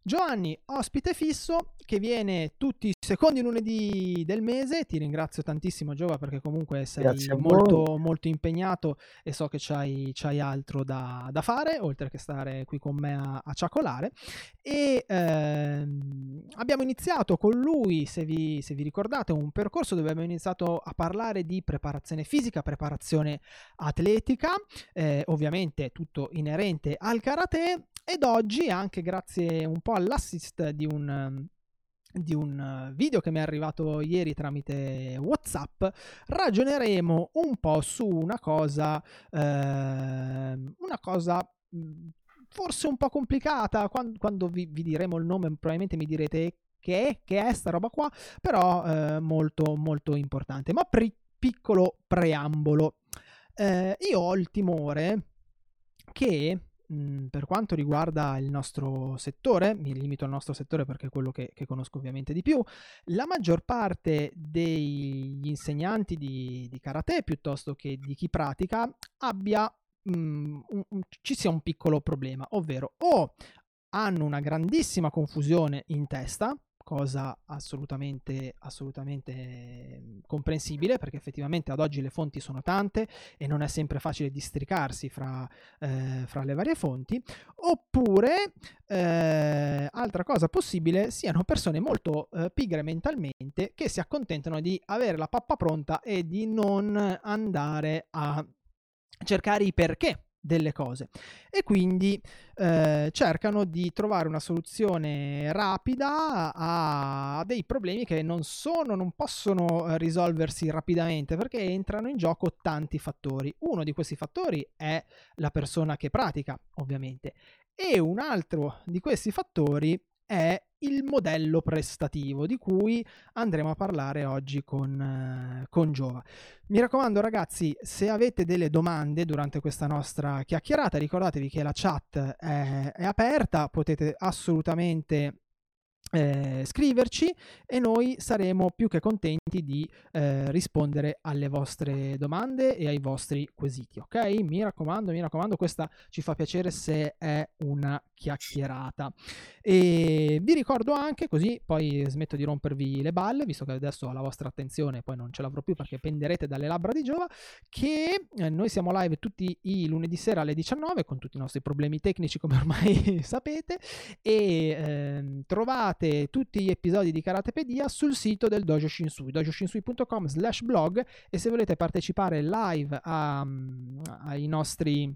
Giovanni, ospite fisso che viene tutti i secondi lunedì del mese. Ti ringrazio tantissimo, Giova, perché comunque Grazie sei a voi. molto impegnato e so che c'hai altro da fare, oltre che stare qui con me a ciacolare. E abbiamo iniziato con lui, se vi ricordate, un percorso dove abbiamo iniziato a parlare di preparazione fisica, preparazione atletica, ovviamente tutto inerente al karate. Ed oggi, anche grazie un po' all'assist di un video che mi è arrivato ieri tramite WhatsApp, ragioneremo un po' su una cosa forse un po' complicata. Quando vi diremo il nome probabilmente mi direte che è sta roba qua, però molto importante. Ma piccolo preambolo. Io ho il timore che per quanto riguarda il nostro settore, mi limito al nostro settore perché è quello che conosco ovviamente di più, la maggior parte degli insegnanti di karate, piuttosto che di chi pratica, abbia ci sia un piccolo problema, ovvero o hanno una grandissima confusione in testa, cosa assolutamente comprensibile, perché effettivamente ad oggi le fonti sono tante e non è sempre facile districarsi fra le varie fonti, oppure altra cosa possibile, siano persone molto pigre mentalmente che si accontentano di avere la pappa pronta e di non andare a cercare i perché delle cose, e quindi cercano di trovare una soluzione rapida a dei problemi che non possono risolversi rapidamente, perché entrano in gioco tanti fattori. Uno di questi fattori è la persona che pratica, ovviamente, e un altro di questi fattori è il modello prestativo, di cui andremo a parlare oggi con Giova. Mi raccomando, ragazzi, se avete delle domande durante questa nostra chiacchierata, ricordatevi che la chat è aperta, potete assolutamente scriverci e noi saremo più che contenti di rispondere alle vostre domande e ai vostri quesiti, ok? Mi raccomando, questa ci fa piacere se è una chiacchierata. E vi ricordo anche, così poi smetto di rompervi le balle, visto che adesso ho la vostra attenzione, poi non ce l'avrò più perché penderete dalle labbra di Giova, che noi siamo live tutti i lunedì sera alle 19 con tutti i nostri problemi tecnici, come ormai sapete, e trovate tutti gli episodi di Karatepedia sul sito del Dojo Shinsui, dojoshinsui.com/blog, e se volete partecipare live alle nostre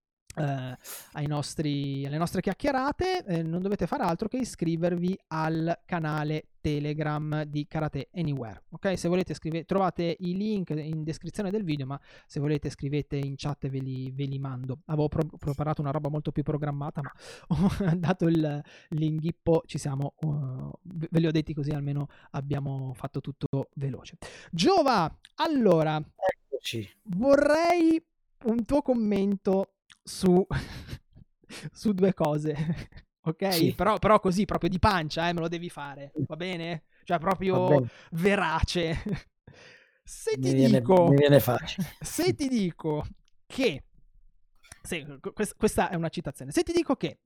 chiacchierate, non dovete fare altro che iscrivervi al canale Telegram di Karate Anywhere, ok? Se volete trovate i link in descrizione del video, ma se volete scrivete in chat e ve li mando. Avevo preparato una roba molto più programmata, ma ho dato l'inghippo, ve li ho detti, così almeno abbiamo fatto tutto veloce. Giova, allora, Eccoci. vorrei un tuo commento su due cose, ok? Sì. Però così, proprio di pancia, me lo devi fare, va bene? Cioè Va proprio bene. verace. Mi viene facile. Se ti dico che, questa è una citazione, se ti dico che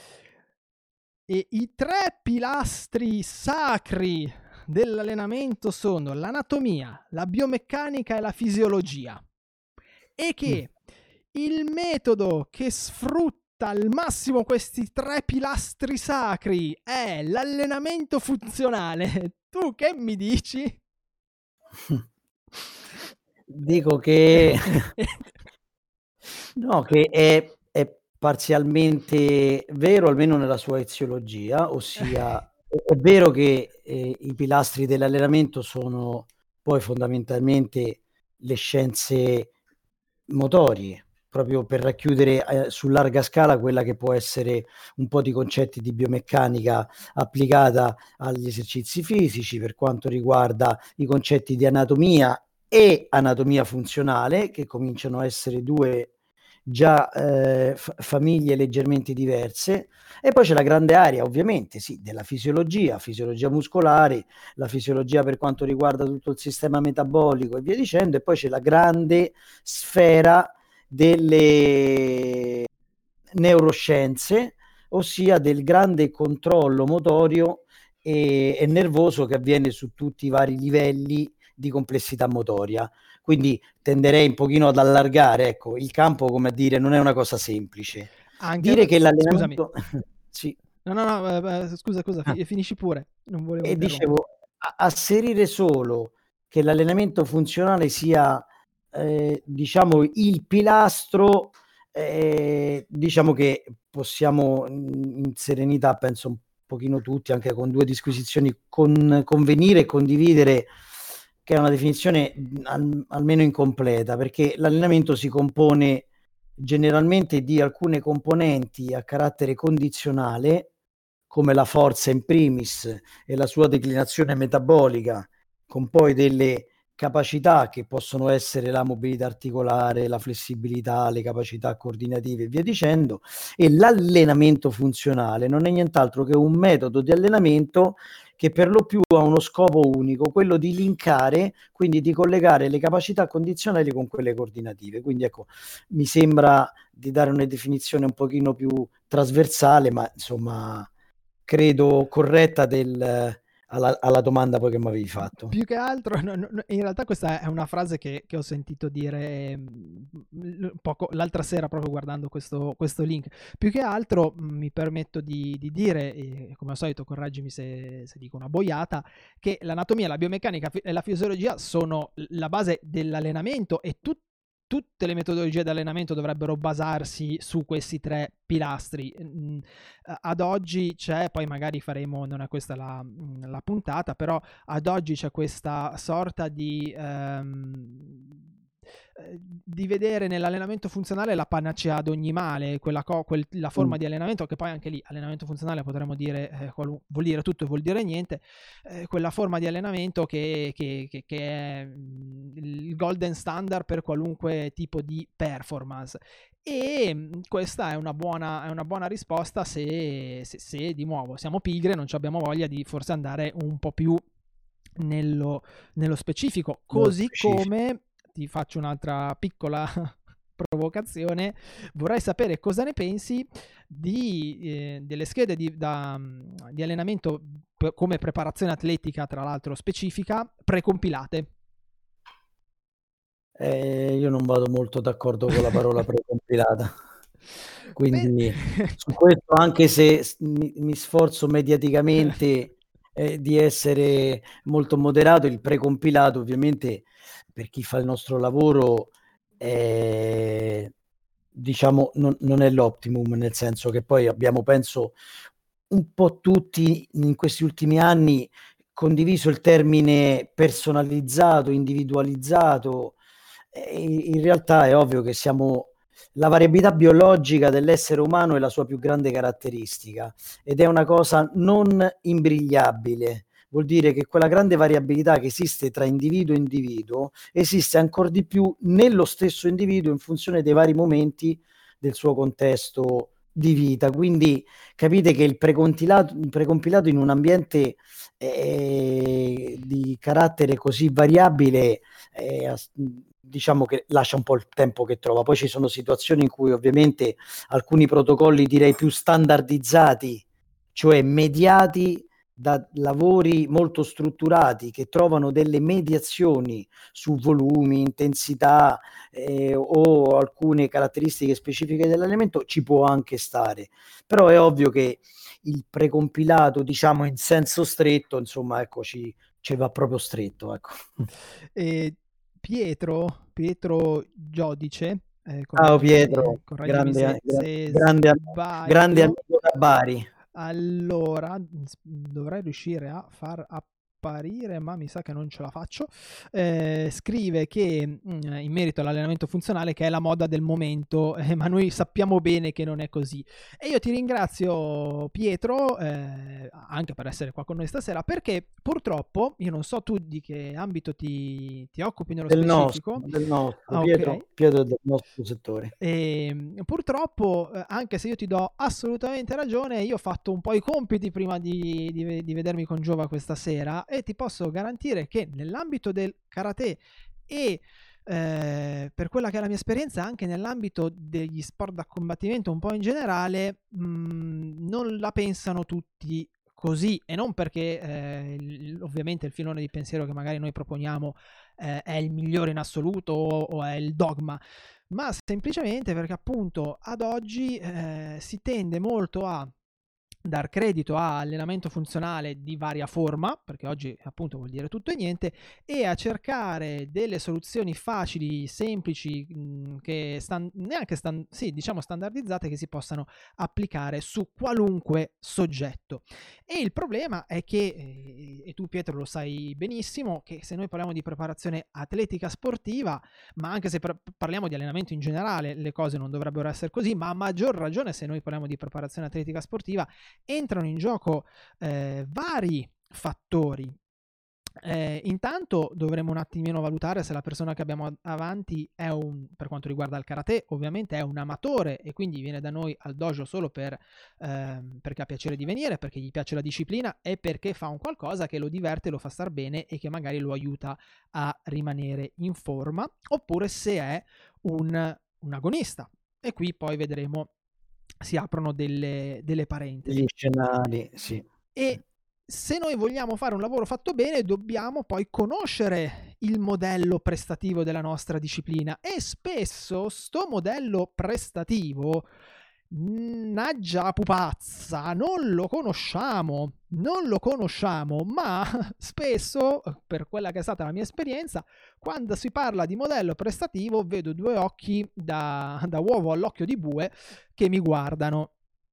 i 3 pilastri sacri dell'allenamento sono l'anatomia, la biomeccanica e la fisiologia, e che il metodo che sfrutta al massimo questi 3 pilastri sacri è l'allenamento funzionale, tu che mi dici? Dico che no, che è parzialmente vero, almeno nella sua eziologia, ossia è vero che i pilastri dell'allenamento sono poi fondamentalmente le scienze motorie, proprio per racchiudere su larga scala quella che può essere un po' di concetti di biomeccanica applicata agli esercizi fisici, per quanto riguarda i concetti di anatomia e anatomia funzionale, che cominciano a essere due già famiglie leggermente diverse. E poi c'è la grande area, ovviamente, sì, della fisiologia muscolare, la fisiologia per quanto riguarda tutto il sistema metabolico e via dicendo, e poi c'è la grande sfera delle neuroscienze, ossia del grande controllo motorio e nervoso che avviene su tutti i vari livelli di complessità motoria. Quindi tenderei un pochino ad allargare, ecco, il campo, come a dire, non è una cosa semplice. Anche, Dire che scusami. l'allenamento sì. No, scusa, Ah. finisci pure, non volevo E interrompere. dicevo, asserire solo che l'allenamento funzionale sia, diciamo, il pilastro, diciamo che possiamo in serenità, penso un pochino tutti, anche con 2 disquisizioni, convenire e condividere che è una definizione almeno incompleta, perché l'allenamento si compone generalmente di alcune componenti a carattere condizionale, come la forza in primis e la sua declinazione metabolica, con poi delle capacità che possono essere la mobilità articolare, la flessibilità, le capacità coordinative e via dicendo. E l'allenamento funzionale non è nient'altro che un metodo di allenamento che per lo più ha uno scopo unico, quello di linkare, quindi di collegare le capacità condizionali con quelle coordinative. Quindi ecco, mi sembra di dare una definizione un pochino più trasversale, ma insomma credo corretta alla domanda poi che mi avevi fatto. Più che altro, in realtà questa è una frase che ho sentito dire poco l'altra sera proprio guardando questo link. Più che altro mi permetto di dire, e come al solito correggimi se dico una boiata, che l'anatomia, la biomeccanica e la fisiologia sono la base dell'allenamento e tutte le metodologie di allenamento dovrebbero basarsi su questi 3 pilastri. Ad oggi c'è, poi magari faremo, non è questa la puntata, però ad oggi c'è questa sorta di vedere nell'allenamento funzionale la panacea ad ogni male, la forma di allenamento, che poi anche lì allenamento funzionale potremmo dire vuol dire tutto e vuol dire niente, quella forma di allenamento che è il golden standard per qualunque tipo di performance. E questa è una buona risposta se di nuovo siamo pigri e non abbiamo voglia di forse andare un po' più nello specifico, così come ti faccio un'altra piccola provocazione, vorrei sapere cosa ne pensi delle schede di allenamento come preparazione atletica, tra l'altro specifica, precompilate. Io non vado molto d'accordo con la parola precompilata, quindi su questo, anche se mi sforzo mediaticamente di essere molto moderato, il precompilato ovviamente per chi fa il nostro lavoro diciamo non è l'optimum, nel senso che poi abbiamo, penso, un po' tutti in questi ultimi anni condiviso il termine personalizzato, individualizzato. In realtà è ovvio che la variabilità biologica dell'essere umano è la sua più grande caratteristica ed è una cosa non imbrigliabile. Vuol dire che quella grande variabilità che esiste tra individuo e individuo esiste ancora di più nello stesso individuo in funzione dei vari momenti del suo contesto di vita. Quindi capite che il precompilato in un ambiente di carattere così variabile diciamo che lascia un po' il tempo che trova. Poi ci sono situazioni in cui ovviamente alcuni protocolli, direi più standardizzati, cioè mediati da lavori molto strutturati che trovano delle mediazioni su volumi, intensità o alcune caratteristiche specifiche dell'elemento, ci può anche stare. Però è ovvio che il precompilato, diciamo in senso stretto, insomma, ecco, ci va proprio stretto, ecco. Pietro Giodice, Ciao Pietro, correggimi se grande sbaglio. amico da Bari. Allora, dovrei riuscire a far apparire, ma mi sa che non ce la faccio. Scrive che in merito all'allenamento funzionale che è la moda del momento, ma noi sappiamo bene che non è così. E io ti ringrazio Pietro, anche per essere qua con noi stasera, perché purtroppo, io non so tu di che ambito ti occupi nello specifico. Del nostro. Okay. Pietro è del nostro settore. Purtroppo, anche se io ti do assolutamente ragione, io ho fatto un po' i compiti prima di vedermi con Giova questa sera e ti posso garantire che nell'ambito del karate e per quella che è la mia esperienza anche nell'ambito degli sport da combattimento un po' in generale, non la pensano tutti così, e non perché ovviamente il filone di pensiero che magari noi proponiamo è il migliore in assoluto o è il dogma, ma semplicemente perché appunto ad oggi si tende molto a dar credito a allenamento funzionale di varia forma, perché oggi appunto vuol dire tutto e niente, e a cercare delle soluzioni facili, semplici, che diciamo standardizzate, che si possano applicare su qualunque soggetto. E il problema è che, e tu Pietro lo sai benissimo, che se noi parliamo di preparazione atletica sportiva, ma anche se parliamo di allenamento in generale, le cose non dovrebbero essere così, ma a maggior ragione se noi parliamo di preparazione atletica sportiva, entrano in gioco vari fattori. Intanto dovremmo un attimino valutare se la persona che abbiamo avanti per quanto riguarda il karate, ovviamente è un amatore e quindi viene da noi al dojo solo perché ha piacere di venire, perché gli piace la disciplina e perché fa un qualcosa che lo diverte, lo fa star bene e che magari lo aiuta a rimanere in forma, oppure se è un agonista. E qui poi vedremo, si aprono delle parentesi. Gli scenari, sì. E se noi vogliamo fare un lavoro fatto bene, dobbiamo poi conoscere il modello prestativo della nostra disciplina, e spesso sto modello prestativo, naggia pupazza, non lo conosciamo, ma spesso, per quella che è stata la mia esperienza, quando si parla di modello prestativo vedo due occhi da uovo all'occhio di bue che mi guardano,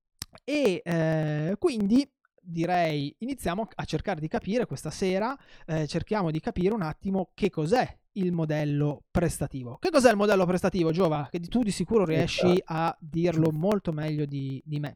e quindi direi iniziamo a cercare di capire questa sera, cerchiamo di capire un attimo che cos'è il modello prestativo. Che cos'è il modello prestativo, Giova? Che tu di sicuro riesci a dirlo molto meglio di me.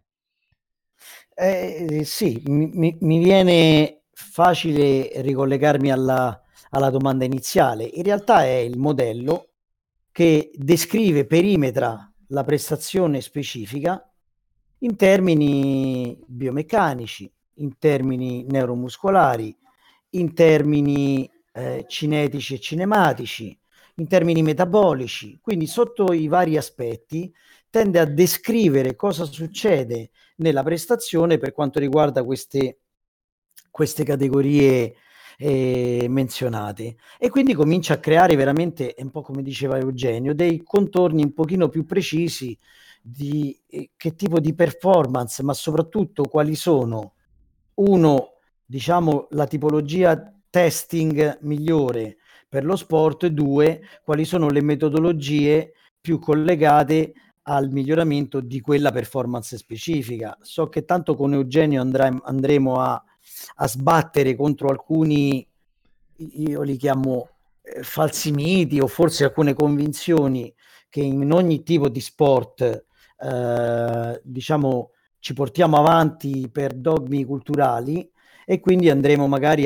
Sì, mi viene facile ricollegarmi alla domanda iniziale. In realtà è il modello che descrive, perimetra la prestazione specifica in termini biomeccanici, in termini neuromuscolari, in termini cinetici e cinematici, in termini metabolici. Quindi sotto i vari aspetti tende a descrivere cosa succede nella prestazione per quanto riguarda queste categorie menzionate, e quindi comincia a creare veramente, un po' come diceva Eugenio, dei contorni un pochino più precisi di che tipo di performance, ma soprattutto quali sono, uno, diciamo, la tipologia testing migliore per lo sport, e due, quali sono le metodologie più collegate al miglioramento di quella performance specifica. So che tanto con Eugenio andremo a sbattere contro alcuni, io li chiamo falsi miti, o forse alcune convinzioni che in ogni tipo di sport diciamo ci portiamo avanti per dogmi culturali, e quindi andremo magari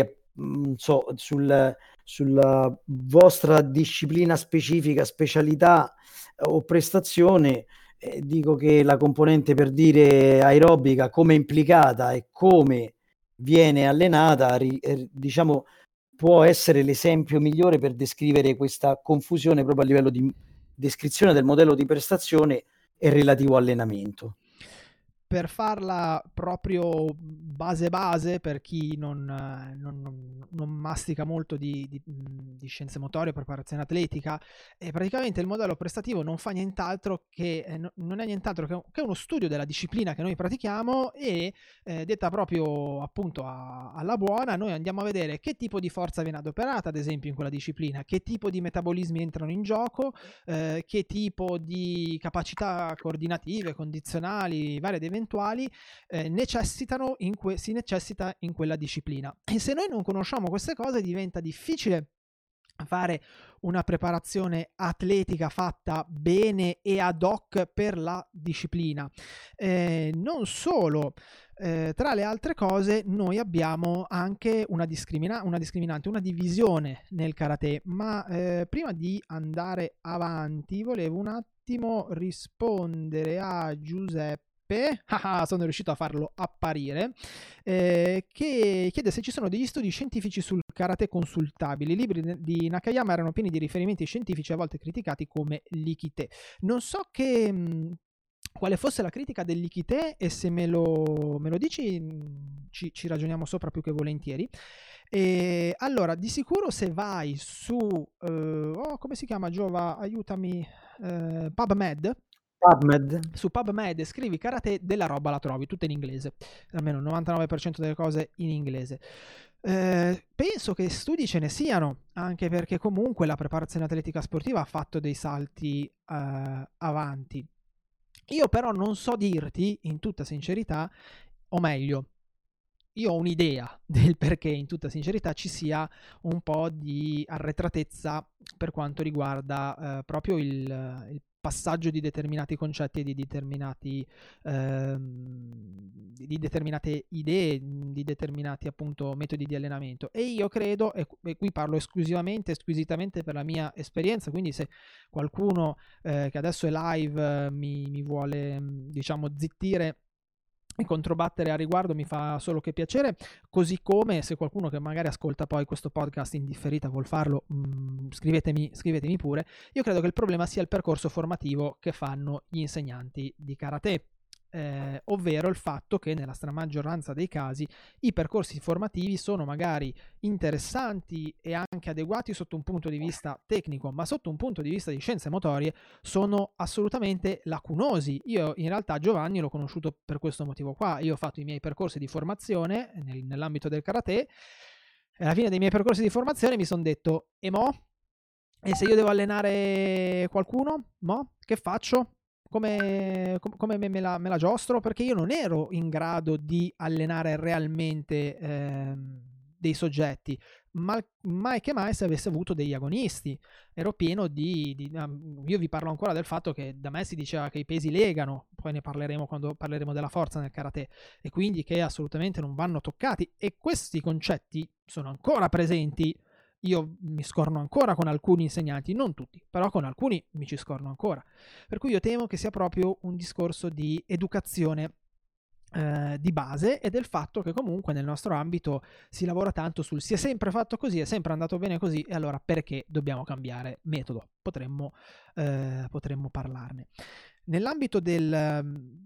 sulla vostra disciplina specifica, specialità o prestazione. Dico che la componente, per dire, aerobica, come implicata e come viene allenata, diciamo, può essere l'esempio migliore per descrivere questa confusione proprio a livello di descrizione del modello di prestazione e relativo allenamento. Per farla proprio base, per chi non mastica molto di scienze motorie, preparazione atletica, praticamente il modello prestativo non fa nient'altro che non è nient'altro che uno studio della disciplina che noi pratichiamo, e detta proprio appunto alla buona, noi andiamo a vedere che tipo di forza viene adoperata, ad esempio, in quella disciplina, che tipo di metabolismi entrano in gioco, che tipo di capacità coordinative, condizionali, varie ed eventuali si necessita in quella disciplina. E se noi non conosciamo queste cose, diventa difficile fare una preparazione atletica fatta bene e ad hoc per la disciplina. Non solo, tra le altre cose noi abbiamo anche una discriminante, una divisione nel karate, ma prima di andare avanti volevo un attimo rispondere a Giuseppe Giuseppe, sono riuscito a farlo apparire, che chiede se ci sono degli studi scientifici sul karate consultabili. I libri di Nakayama erano pieni di riferimenti scientifici, a volte criticati come l'Ikite. Non so quale fosse la critica dell'Ikite, e se me lo dici ci ragioniamo sopra più che volentieri. Allora, di sicuro se vai su come si chiama, Giova, aiutami, PubMed. Su PubMed scrivi karate, della roba la trovi tutta in inglese, almeno il 99% delle cose in inglese. Penso che studi ce ne siano, anche perché comunque la preparazione atletica sportiva ha fatto dei salti avanti. Io però non so dirti in tutta sincerità, o meglio, io ho un'idea del perché in tutta sincerità ci sia un po' di arretratezza per quanto riguarda proprio il passaggio di determinati concetti e di determinate idee, di determinati appunto metodi di allenamento. E io credo, e qui parlo squisitamente per la mia esperienza, quindi se qualcuno che adesso è live mi vuole diciamo zittire e controbattere a riguardo, mi fa solo che piacere, così come se qualcuno che magari ascolta poi questo podcast in differita vuol farlo, scrivetemi pure. Io credo che il problema sia il percorso formativo che fanno gli insegnanti di karate, ovvero il fatto che nella stramaggioranza dei casi i percorsi formativi sono magari interessanti e anche adeguati sotto un punto di vista tecnico, ma sotto un punto di vista di scienze motorie sono assolutamente lacunosi. Io in realtà Giovanni l'ho conosciuto per questo motivo qua. Io ho fatto i miei percorsi di formazione nell'ambito del karate, e alla fine dei miei percorsi di formazione mi sono detto: e mo? E se io devo allenare qualcuno? Mo? Che faccio? Come me la giostro? Perché io non ero in grado di allenare realmente dei soggetti, mai che mai se avessi avuto degli agonisti. Ero pieno io vi parlo ancora del fatto che da me si diceva che i pesi legano, poi ne parleremo quando parleremo della forza nel karate, e quindi che assolutamente non vanno toccati, e questi concetti sono ancora presenti. Io mi scorno ancora con alcuni insegnanti, non tutti, però con alcuni mi ci scorno ancora. Per cui io temo che sia proprio un discorso di educazione di base, e del fatto che comunque nel nostro ambito si lavora tanto sul si è sempre fatto così, è sempre andato bene così, e allora perché dobbiamo cambiare metodo? Potremmo parlarne. Nell'ambito del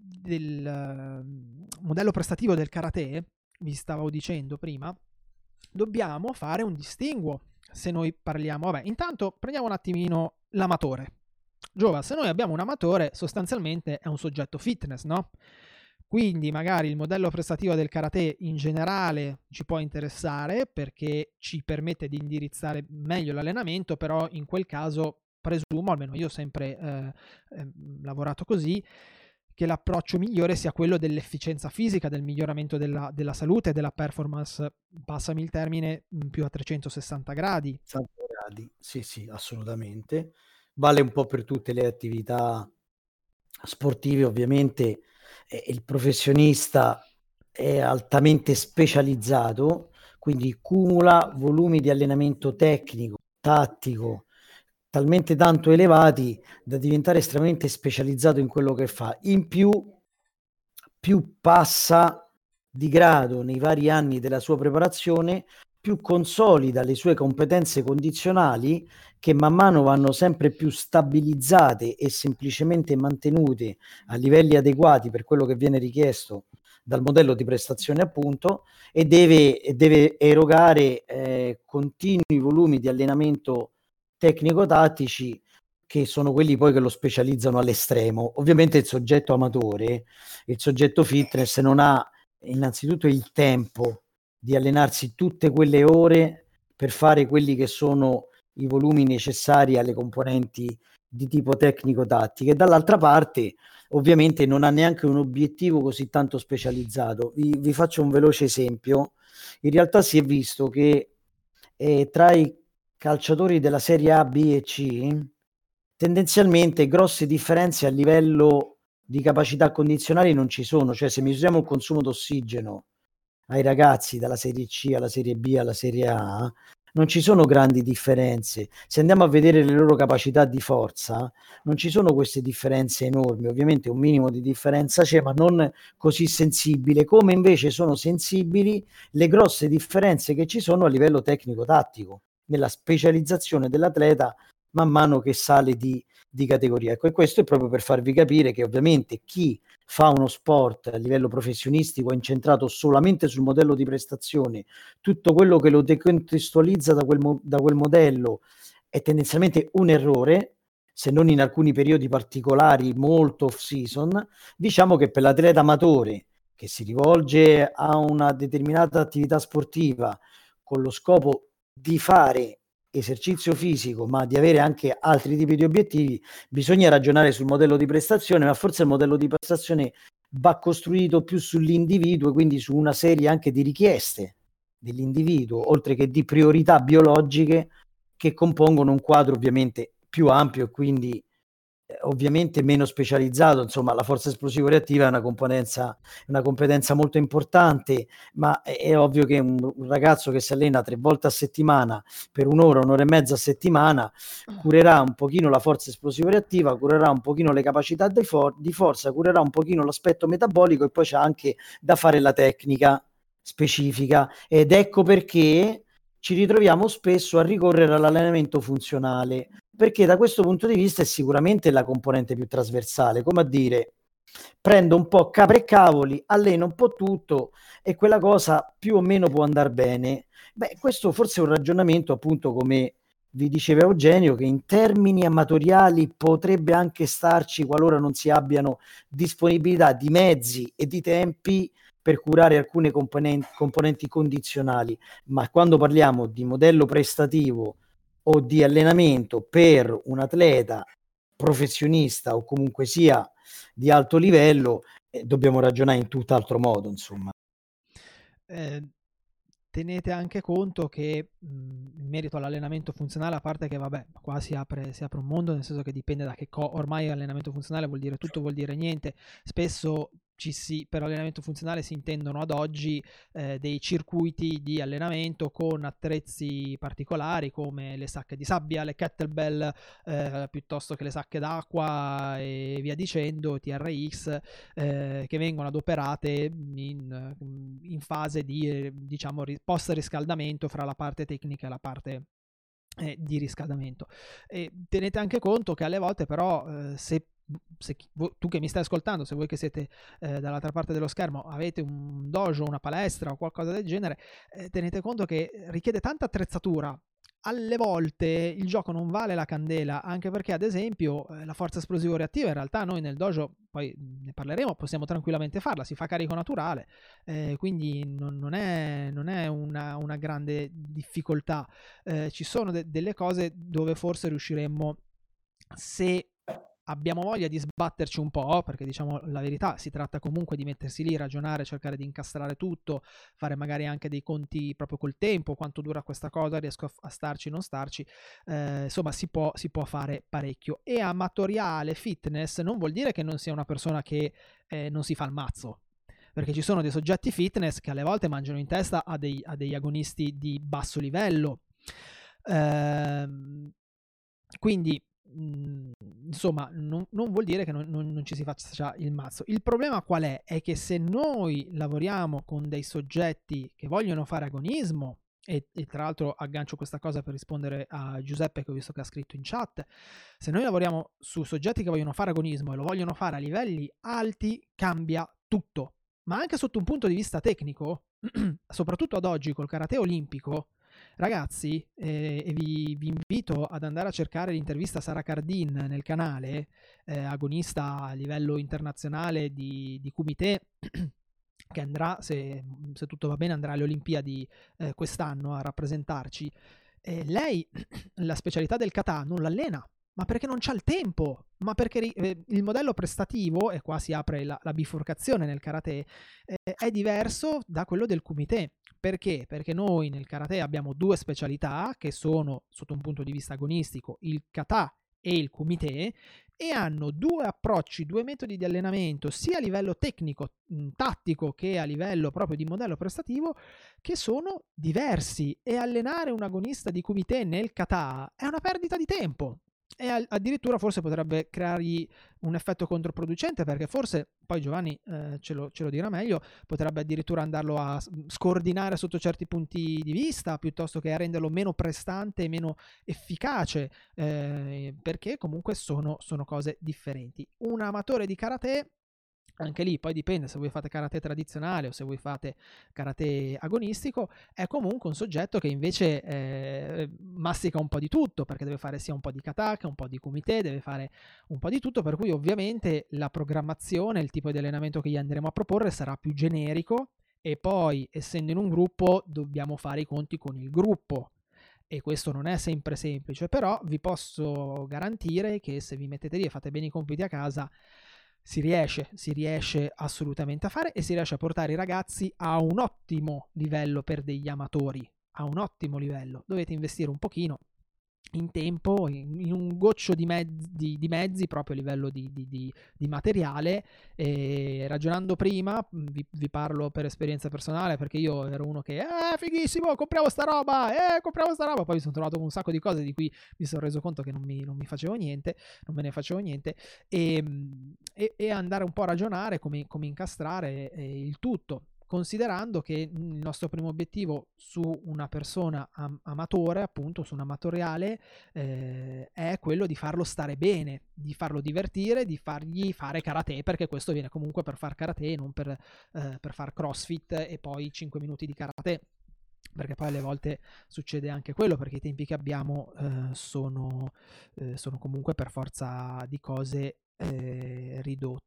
modello prestativo del karate, vi stavo dicendo prima, dobbiamo fare un distinguo. Se noi parliamo, vabbè, intanto prendiamo un attimino l'amatore. Giova, se noi abbiamo un amatore, sostanzialmente è un soggetto fitness, no? Quindi magari il modello prestativo del karate in generale ci può interessare perché ci permette di indirizzare meglio l'allenamento, però in quel caso presumo, almeno io ho sempre lavorato così, che l'approccio migliore sia quello dell'efficienza fisica, del miglioramento della salute, della performance, passami il termine, più a 360 gradi. 60 gradi, sì, assolutamente. Vale un po' per tutte le attività sportive, ovviamente. Il professionista è altamente specializzato, quindi cumula volumi di allenamento tecnico, tattico, talmente tanto elevati da diventare estremamente specializzato in quello che fa. In più passa di grado nei vari anni della sua preparazione, più consolida le sue competenze condizionali, che man mano vanno sempre più stabilizzate e semplicemente mantenute a livelli adeguati per quello che viene richiesto dal modello di prestazione, appunto, e deve erogare continui volumi di allenamento tecnico-tattici, che sono quelli poi che lo specializzano all'estremo. Ovviamente il soggetto amatore, il soggetto fitness, non ha innanzitutto il tempo di allenarsi tutte quelle ore per fare quelli che sono i volumi necessari alle componenti di tipo tecnico-tattiche, e dall'altra parte ovviamente non ha neanche un obiettivo così tanto specializzato. Vi faccio un veloce esempio. In realtà si è visto che tra i calciatori della Serie A, B e C tendenzialmente grosse differenze a livello di capacità condizionali non ci sono. Cioè, se misuriamo il consumo d'ossigeno ai ragazzi dalla Serie C alla Serie B alla Serie A, non ci sono grandi differenze. Se andiamo a vedere le loro capacità di forza, non ci sono queste differenze enormi. Ovviamente un minimo di differenza c'è, ma non così sensibile, come invece sono sensibili le grosse differenze che ci sono a livello tecnico-tattico, nella specializzazione dell'atleta man mano che sale di categoria. Ecco, e questo è proprio per farvi capire che ovviamente chi fa uno sport a livello professionistico è incentrato solamente sul modello di prestazione, tutto quello che lo decontestualizza da quel modello è tendenzialmente un errore, se non in alcuni periodi particolari molto off-season. Diciamo che per l'atleta amatore che si rivolge a una determinata attività sportiva con lo scopo di fare esercizio fisico, ma di avere anche altri tipi di obiettivi, bisogna ragionare sul modello di prestazione, ma forse il modello di prestazione va costruito più sull'individuo, quindi su una serie anche di richieste dell'individuo, oltre che di priorità biologiche che compongono un quadro ovviamente più ampio e quindi ovviamente meno specializzato. Insomma, la forza esplosivo reattiva è una competenza molto importante, ma è ovvio che un ragazzo che si allena 3 volte a settimana per un'ora e mezza a settimana curerà un pochino la forza esplosivo reattiva, curerà un pochino le capacità di forza, curerà un pochino l'aspetto metabolico e poi c'è anche da fare la tecnica specifica, ed ecco perché ci ritroviamo spesso a ricorrere all'allenamento funzionale, perché da questo punto di vista è sicuramente la componente più trasversale, come a dire, prendo un po' capre e cavoli, alleno un po' tutto e quella cosa più o meno può andare bene. Beh, questo forse è un ragionamento, appunto, come vi diceva Eugenio, che in termini amatoriali potrebbe anche starci qualora non si abbiano disponibilità di mezzi e di tempi per curare alcune componenti condizionali, ma quando parliamo di modello prestativo o di allenamento per un atleta professionista o comunque sia di alto livello, dobbiamo ragionare in tutt'altro modo, insomma. Tenete anche conto che in merito all'allenamento funzionale, a parte che vabbè, qua si apre un mondo, nel senso che dipende da che ormai allenamento funzionale vuol dire tutto, vuol dire niente. Spesso per allenamento funzionale si intendono ad oggi dei circuiti di allenamento con attrezzi particolari come le sacche di sabbia, le kettlebell, piuttosto che le sacche d'acqua e via dicendo, TRX, che vengono adoperate in fase di diciamo post riscaldamento fra la parte tecnica e la parte di riscaldamento. E tenete anche conto che alle volte però se tu che mi stai ascoltando, se voi che siete dall'altra parte dello schermo avete un dojo, una palestra o qualcosa del genere, tenete conto che richiede tanta attrezzatura. Alle volte il gioco non vale la candela, anche perché ad esempio la forza esplosivo reattiva in realtà noi nel dojo, poi ne parleremo, possiamo tranquillamente farla, si fa carico naturale, quindi non è una grande difficoltà. Ci sono delle cose dove forse riusciremmo, se abbiamo voglia di sbatterci un po', perché diciamo la verità, si tratta comunque di mettersi lì, ragionare, cercare di incastrare tutto, fare magari anche dei conti proprio col tempo, quanto dura questa cosa, riesco a starci, non starci, insomma si può fare parecchio. E amatoriale fitness non vuol dire che non sia una persona che non si fa il mazzo, perché ci sono dei soggetti fitness che alle volte mangiano in testa a degli agonisti di basso livello, quindi insomma non vuol dire che non ci si faccia il mazzo. Il problema qual è? È che se noi lavoriamo con dei soggetti che vogliono fare agonismo, e tra l'altro aggancio questa cosa per rispondere a Giuseppe che ho visto che ha scritto in chat, se noi lavoriamo su soggetti che vogliono fare agonismo e lo vogliono fare a livelli alti, cambia tutto, ma anche sotto un punto di vista tecnico. Soprattutto ad oggi col karate olimpico, ragazzi, e vi invito ad andare a cercare l'intervista a Sara Cardin nel canale, agonista a livello internazionale di Kumite, che andrà, se tutto va bene, andrà alle Olimpiadi quest'anno a rappresentarci. Lei la specialità del kata non l'allena, ma perché non c'ha il tempo, ma perché il modello prestativo, e qua si apre la bifurcazione nel karate, è diverso da quello del kumite. Perché? Perché noi nel karate abbiamo due specialità che sono, sotto un punto di vista agonistico, il kata e il kumite, e hanno due approcci, due metodi di allenamento, sia a livello tecnico, tattico, che a livello proprio di modello prestativo, che sono diversi, e allenare un agonista di kumite nel kata è una perdita di tempo. E addirittura forse potrebbe creargli un effetto controproducente, perché forse poi Giovanni ce lo dirà meglio, potrebbe addirittura andarlo a scordinare sotto certi punti di vista, piuttosto che a renderlo meno prestante e meno efficace, perché comunque sono cose differenti. Un amatore di karate, anche lì poi dipende se voi fate karate tradizionale o se voi fate karate agonistico, è comunque un soggetto che invece mastica un po' di tutto, perché deve fare sia un po' di kataka, un po' di kumite, deve fare un po' di tutto, per cui ovviamente la programmazione, il tipo di allenamento che gli andremo a proporre sarà più generico, e poi essendo in un gruppo dobbiamo fare i conti con il gruppo. E questo non è sempre semplice, però vi posso garantire che se vi mettete lì e fate bene i compiti a casa, si riesce assolutamente a fare, e si riesce a portare i ragazzi a un ottimo livello per degli amatori, a un ottimo livello. Dovete investire un pochino in tempo, in un goccio di mezzi proprio a livello di materiale. E ragionando prima, vi parlo per esperienza personale, perché io ero uno che fighissimo, compriamo sta roba, poi mi sono trovato con un sacco di cose di cui mi sono reso conto che non mi facevo niente, non me ne facevo niente, e andare un po' a ragionare come incastrare il tutto, considerando che il nostro primo obiettivo su una persona amatore, appunto su un amatoriale, è quello di farlo stare bene, di farlo divertire, di fargli fare karate, perché questo viene comunque per far karate, non per far crossfit e poi 5 minuti di karate, perché poi alle volte succede anche quello, perché i tempi che abbiamo sono comunque per forza di cose ridotti.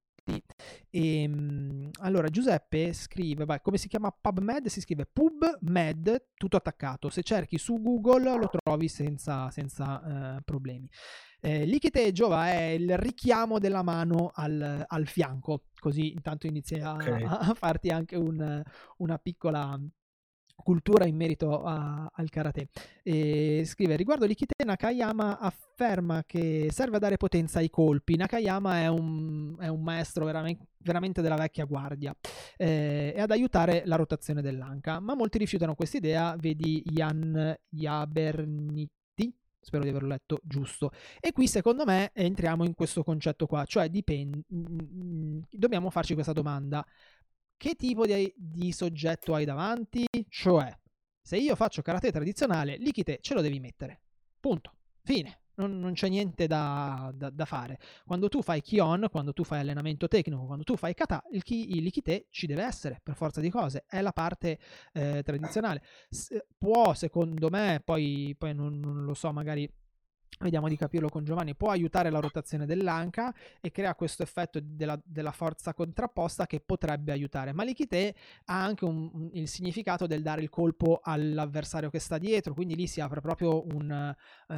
Allora Giuseppe scrive, come si chiama PubMed? Si scrive PubMed, tutto attaccato. Se cerchi su Google lo trovi senza problemi. L'Ikite Giova è il richiamo della mano al fianco, così intanto inizi a farti anche una piccola cultura in merito al karate. Scrive: riguardo l'Ikite, Nakayama afferma che serve a dare potenza ai colpi. Nakayama è un maestro veramente della vecchia guardia, e ad aiutare la rotazione dell'anca, ma molti rifiutano questa idea. Vedi Jan Jabernitti, spero di averlo letto giusto. E qui secondo me entriamo in questo concetto qua, cioè dobbiamo farci questa domanda: che tipo di soggetto hai davanti? Cioè, se io faccio karate tradizionale, l'Ikite ce lo devi mettere. Punto. Fine. Non c'è niente da fare. Quando tu fai Kion, quando tu fai allenamento tecnico, quando tu fai kata, l'Ikite ci deve essere, per forza di cose. È la parte tradizionale. Può, secondo me, poi non lo so, magari vediamo di capirlo con Giovanni, può aiutare la rotazione dell'anca e crea questo effetto della forza contrapposta che potrebbe aiutare. Ma l'Ikite ha anche il significato del dare il colpo all'avversario che sta dietro, quindi lì si apre proprio un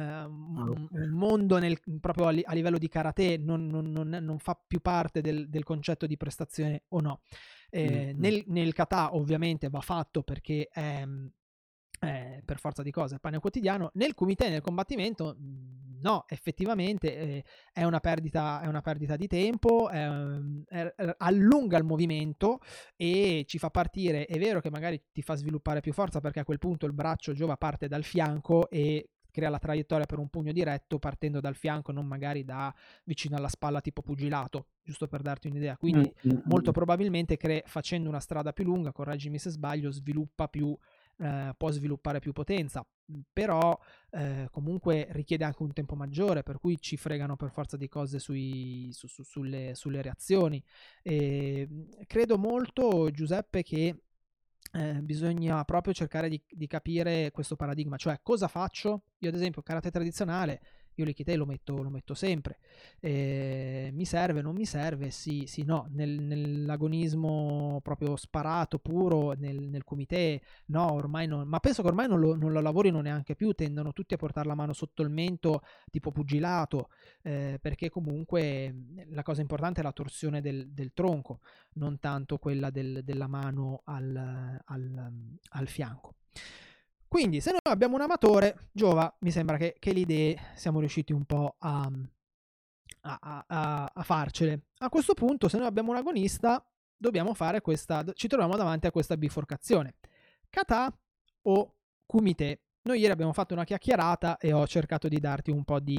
mondo proprio a livello di karate, non fa più parte del concetto di prestazione o no. Nel kata ovviamente va fatto perché per forza di cose è pane quotidiano. Nel kumite, nel combattimento, no, effettivamente è una perdita di tempo, allunga il movimento e ci fa partire. È vero che magari ti fa sviluppare più forza, perché a quel punto il braccio Giova parte dal fianco e crea la traiettoria per un pugno diretto partendo dal fianco, non magari da vicino alla spalla tipo pugilato, giusto per darti un'idea. Quindi molto probabilmente facendo una strada più lunga, correggimi se sbaglio, può sviluppare più potenza, però comunque richiede anche un tempo maggiore, per cui ci fregano per forza di cose sulle reazioni. Credo molto, Giuseppe, che bisogna proprio cercare di capire questo paradigma, cioè cosa faccio? Io ad esempio karate tradizionale, io l'Ikite lo metto sempre, mi serve, non mi serve, sì, no. Nell'agonismo proprio sparato, puro, nel kumite, no, ormai non, ma penso che ormai non lo lavorino neanche più, tendono tutti a portare la mano sotto il mento, tipo pugilato, perché comunque la cosa importante è la torsione del tronco, non tanto quella della mano al fianco. Quindi se noi abbiamo un amatore, Giova, mi sembra che le idee siamo riusciti un po' a a farcele. A questo punto, se noi abbiamo un agonista, dobbiamo fare ci troviamo davanti a questa biforcazione. Kata o Kumite. Noi ieri abbiamo fatto una chiacchierata e ho cercato di darti un po'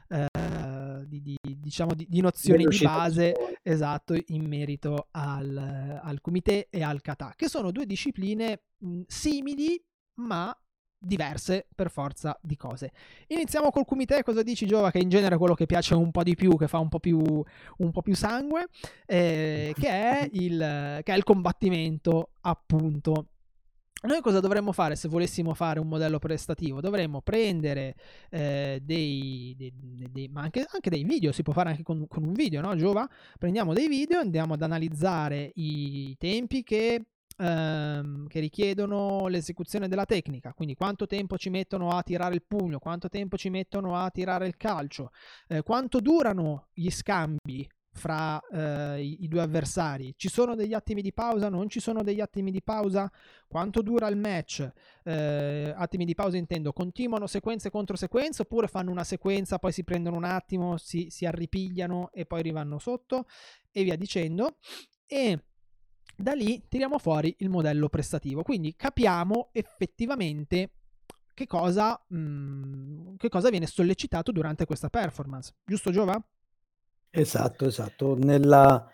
diciamo di nozioni di base, esatto, in merito al Kumite e al Kata, che sono due discipline simili ma diverse per forza di cose. Iniziamo col Kumite. Cosa dici, Giova? Che in genere è quello che piace un po' di più, che fa un po' più sangue, che è il combattimento, appunto. Noi cosa dovremmo fare se volessimo fare un modello prestativo? Dovremmo prendere ma anche dei video, si può fare anche con un video, no, Giova? Prendiamo dei video, andiamo ad analizzare i tempi che richiedono l'esecuzione della tecnica, quindi quanto tempo ci mettono a tirare il pugno, quanto tempo ci mettono a tirare il calcio, quanto durano gli scambi fra i due avversari, ci sono degli attimi di pausa, non ci sono degli attimi di pausa, quanto dura il match, attimi di pausa intendo, continuano sequenze contro sequenze oppure fanno una sequenza, poi si prendono un attimo, si arripigliano e poi rivanno sotto e via dicendo, e da lì tiriamo fuori il modello prestativo, quindi capiamo effettivamente che cosa viene sollecitato durante questa performance, giusto, Giova? Esatto. Nella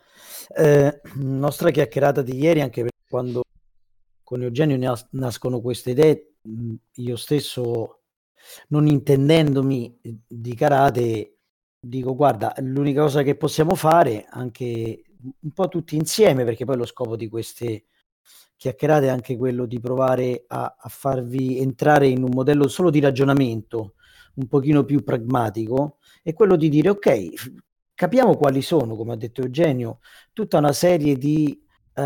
nostra chiacchierata di ieri, anche quando con Eugenio nascono queste idee, io stesso, non intendendomi di karate, dico: guarda, l'unica cosa che possiamo fare, anche un po' tutti insieme, perché poi lo scopo di queste chiacchierate è anche quello di provare a farvi entrare in un modello solo di ragionamento un pochino più pragmatico, è quello di dire: ok, capiamo quali sono, come ha detto Eugenio, tutta una serie di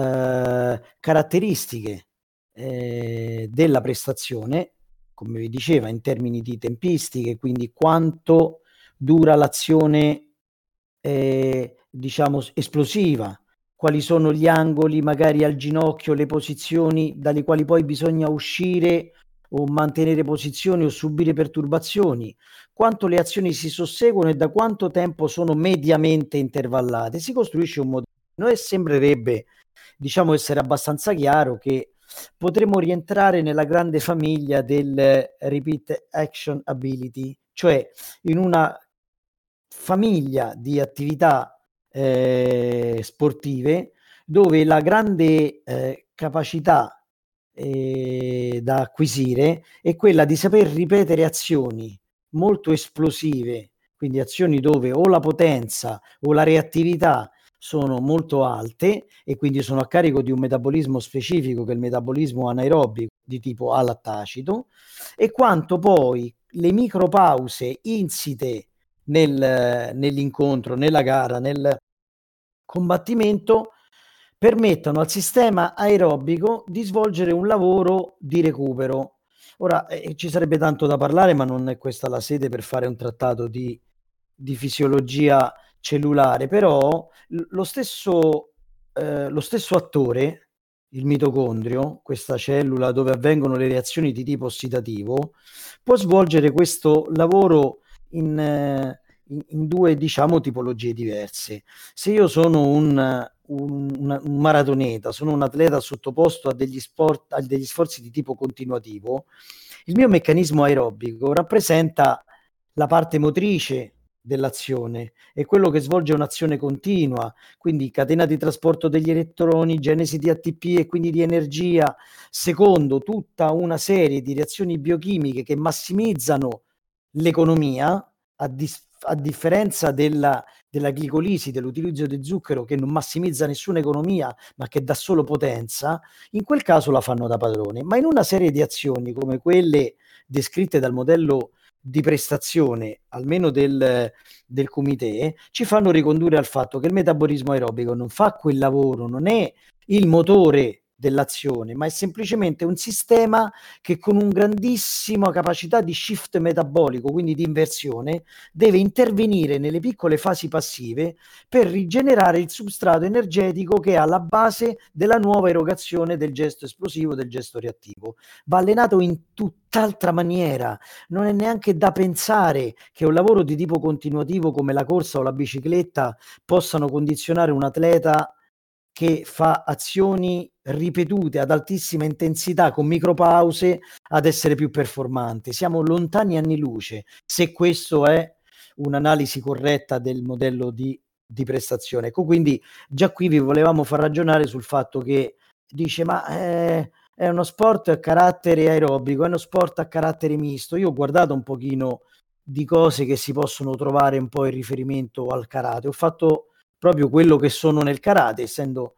caratteristiche della prestazione, come vi diceva, in termini di tempistiche, quindi quanto dura l'azione diciamo esplosiva, quali sono gli angoli magari al ginocchio, le posizioni dalle quali poi bisogna uscire o mantenere posizioni o subire perturbazioni, quanto le azioni si susseguono e da quanto tempo sono mediamente intervallate. Si costruisce un modello e sembrerebbe, diciamo, essere abbastanza chiaro che potremmo rientrare nella grande famiglia del repeat action ability, cioè in una famiglia di attività sportive dove la grande capacità da acquisire è quella di saper ripetere azioni molto esplosive, quindi azioni dove o la potenza o la reattività sono molto alte e quindi sono a carico di un metabolismo specifico, che è il metabolismo anaerobico di tipo alattacito, e quanto poi le micropause insite nell'incontro, nella gara, nel combattimento permettono al sistema aerobico di svolgere un lavoro di recupero. Ora ci sarebbe tanto da parlare, ma non è questa la sede per fare un trattato di fisiologia cellulare, però lo stesso attore, il mitocondrio, questa cellula dove avvengono le reazioni di tipo ossidativo, può svolgere questo lavoro in due, diciamo, tipologie diverse. Se io sono un maratoneta, sono un atleta sottoposto a degli sforzi di tipo continuativo, il mio meccanismo aerobico rappresenta la parte motrice dell'azione, è quello che svolge un'azione continua, quindi catena di trasporto degli elettroni, genesi di ATP e quindi di energia, secondo tutta una serie di reazioni biochimiche che massimizzano l'economia, a differenza della glicolisi, dell'utilizzo di zucchero, che non massimizza nessuna economia ma che dà solo potenza. In quel caso la fanno da padrone, ma in una serie di azioni come quelle descritte dal modello di prestazione, almeno del comité, ci fanno ricondurre al fatto che il metabolismo aerobico non fa quel lavoro, non è il motore dell'azione, ma è semplicemente un sistema che con un grandissima capacità di shift metabolico, quindi di inversione, deve intervenire nelle piccole fasi passive per rigenerare il substrato energetico che è alla base della nuova erogazione del gesto esplosivo, del gesto reattivo. Va allenato in tutt'altra maniera. Non è neanche da pensare che un lavoro di tipo continuativo come la corsa o la bicicletta possano condizionare un atleta che fa azioni ripetute ad altissima intensità con micropause ad essere più performante. Siamo lontani anni luce, se questo è un'analisi corretta del modello di prestazione. Ecco, quindi già qui vi volevamo far ragionare sul fatto che dice ma è uno sport a carattere aerobico, è uno sport a carattere misto. Io ho guardato un pochino di cose che si possono trovare un po' in riferimento al karate. Ho fatto proprio quello che sono nel karate, essendo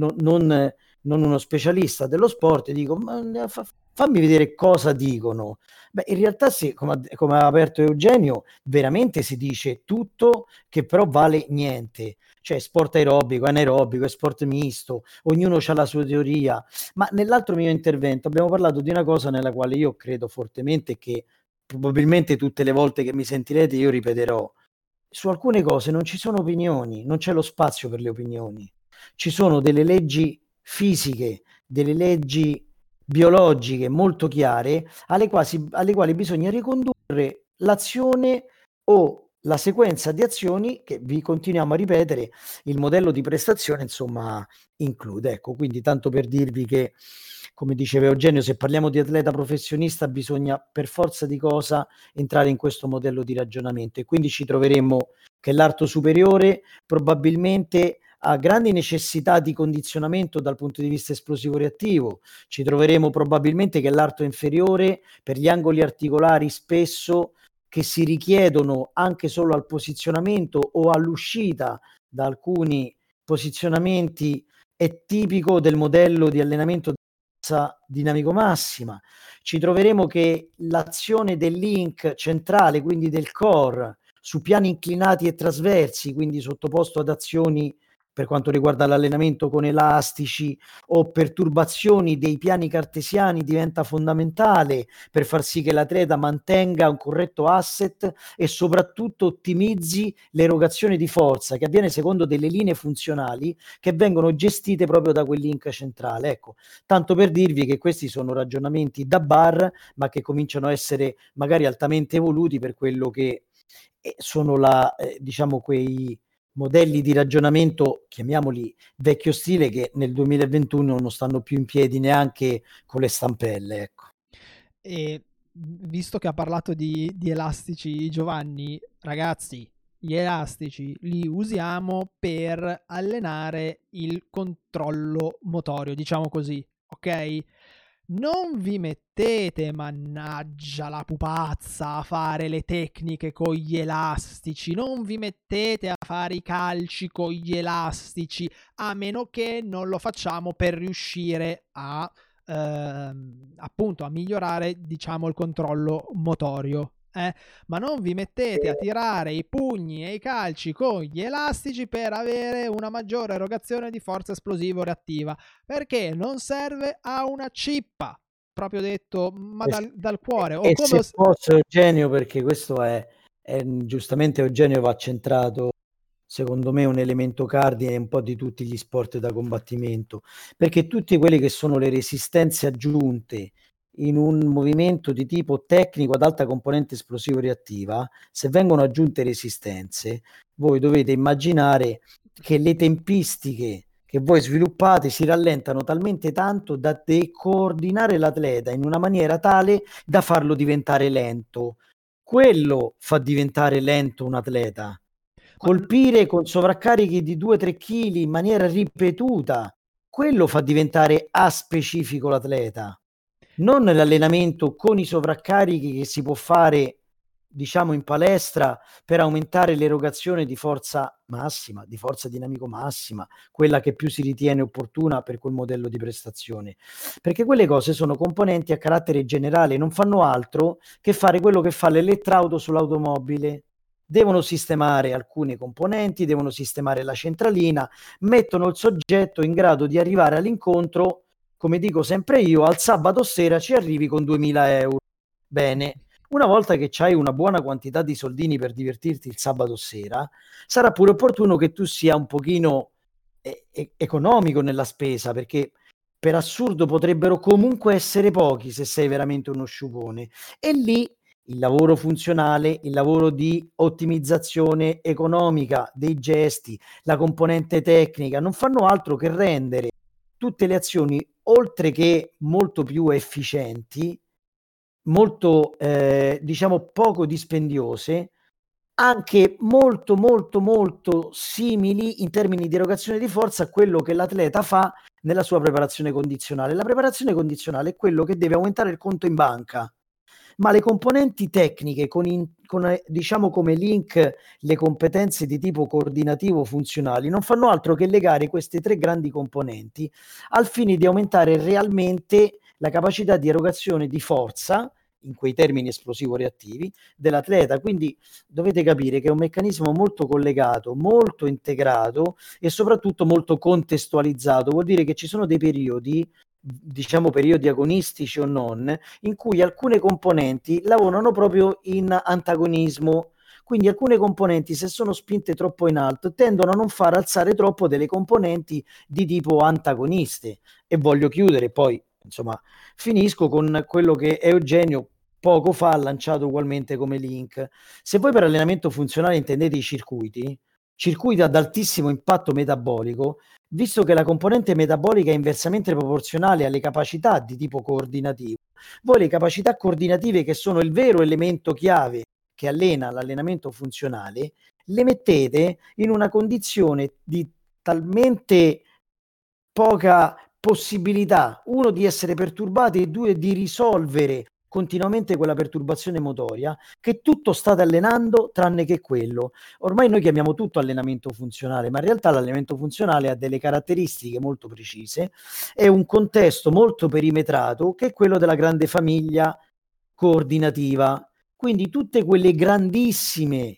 non uno specialista dello sport, dico, ma fammi vedere cosa dicono. Beh, in realtà sì, come ha aperto Eugenio, veramente si dice tutto che però vale niente. Cioè, sport aerobico, anaerobico, è sport misto, ognuno ha la sua teoria. Ma nell'altro mio intervento abbiamo parlato di una cosa nella quale io credo fortemente, che probabilmente tutte le volte che mi sentirete io ripeterò. Su alcune cose non ci sono opinioni, non c'è lo spazio per le opinioni. Ci sono delle leggi fisiche, delle leggi biologiche molto chiare alle quali bisogna ricondurre l'azione o la sequenza di azioni che vi continuiamo a ripetere, il modello di prestazione, insomma, include. Ecco, quindi tanto per dirvi che, come diceva Eugenio, se parliamo di atleta professionista bisogna per forza di cosa entrare in questo modello di ragionamento, e quindi ci troveremmo che l'arto superiore probabilmente ha grandi necessità di condizionamento dal punto di vista esplosivo reattivo. Ci troveremo probabilmente che l'arto inferiore, per gli angoli articolari spesso che si richiedono anche solo al posizionamento o all'uscita da alcuni posizionamenti, è tipico del modello di allenamento dinamico massima. Ci troveremo che l'azione del link centrale, quindi del core, su piani inclinati e trasversi, quindi sottoposto ad azioni per quanto riguarda l'allenamento con elastici o perturbazioni dei piani cartesiani, diventa fondamentale per far sì che l'atleta mantenga un corretto asset e soprattutto ottimizzi l'erogazione di forza, che avviene secondo delle linee funzionali che vengono gestite proprio da quel link centrale. Ecco, tanto per dirvi che questi sono ragionamenti da bar, ma che cominciano a essere magari altamente evoluti per quello che sono diciamo quei modelli di ragionamento, chiamiamoli vecchio stile, che nel 2021 non stanno più in piedi neanche con le stampelle, ecco. E visto che ha parlato di elastici Giovanni, ragazzi, gli elastici li usiamo per allenare il controllo motorio, diciamo così, ok? Non vi mettete, mannaggia la pupazza, a fare le tecniche con gli elastici, non vi mettete a fare i calci con gli elastici, a meno che non lo facciamo per riuscire a appunto a migliorare, diciamo, il controllo motorio. Ma non vi mettete a tirare i pugni e i calci con gli elastici per avere una maggiore erogazione di forza esplosivo reattiva, perché non serve a una cippa, proprio detto, ma dal cuore. E come se posso, Eugenio, perché questo è giustamente Eugenio va centrato, secondo me, un elemento cardine un po' di tutti gli sport da combattimento, perché tutte quelle che sono le resistenze aggiunte in un movimento di tipo tecnico ad alta componente esplosivo reattiva, se vengono aggiunte resistenze, voi dovete immaginare che le tempistiche che voi sviluppate si rallentano talmente tanto da decoordinare l'atleta in una maniera tale da farlo diventare lento. Quello fa diventare lento un atleta. Colpire con sovraccarichi di 2-3 kg in maniera ripetuta, quello fa diventare aspecifico l'atleta. Non l'allenamento con i sovraccarichi che si può fare, diciamo, in palestra per aumentare l'erogazione di forza massima, di forza dinamico massima, quella che più si ritiene opportuna per quel modello di prestazione. Perché quelle cose sono componenti a carattere generale, non fanno altro che fare quello che fa l'elettrauto sull'automobile. Devono sistemare alcune componenti, devono sistemare la centralina, mettono il soggetto in grado di arrivare all'incontro come dico sempre io, al sabato sera ci arrivi con 2000 euro. Bene, una volta che c'hai una buona quantità di soldini per divertirti il sabato sera, sarà pure opportuno che tu sia un pochino economico nella spesa, perché per assurdo potrebbero comunque essere pochi se sei veramente uno sciupone. E lì il lavoro funzionale, il lavoro di ottimizzazione economica dei gesti, la componente tecnica, non fanno altro che rendere tutte le azioni, oltre che molto più efficienti, molto, diciamo, poco dispendiose, anche molto, molto, molto simili in termini di erogazione di forza a quello che l'atleta fa nella sua preparazione condizionale. La preparazione condizionale è quello che deve aumentare il conto in banca, ma le componenti tecniche con diciamo come link le competenze di tipo coordinativo funzionali non fanno altro che legare queste tre grandi componenti al fine di aumentare realmente la capacità di erogazione di forza in quei termini esplosivo reattivi dell'atleta. Quindi dovete capire che è un meccanismo molto collegato, molto integrato e soprattutto molto contestualizzato. Vuol dire che ci sono dei periodi, diciamo periodi agonistici o non, in cui alcune componenti lavorano proprio in antagonismo. Quindi alcune componenti, se sono spinte troppo in alto, tendono a non far alzare troppo delle componenti di tipo antagoniste. E voglio chiudere, poi insomma finisco con quello che Eugenio poco fa ha lanciato ugualmente come link. Se voi per allenamento funzionale intendete i circuiti ad altissimo impatto metabolico, visto che la componente metabolica è inversamente proporzionale alle capacità di tipo coordinativo, voi le capacità coordinative, che sono il vero elemento chiave che allena l'allenamento funzionale, le mettete in una condizione di talmente poca possibilità, uno, di essere perturbati e due, di risolvere continuamente quella perturbazione motoria, che tutto state allenando tranne che quello. Ormai noi chiamiamo tutto allenamento funzionale, ma in realtà l'allenamento funzionale ha delle caratteristiche molto precise, è un contesto molto perimetrato, che è quello della grande famiglia coordinativa. Quindi tutte quelle grandissime,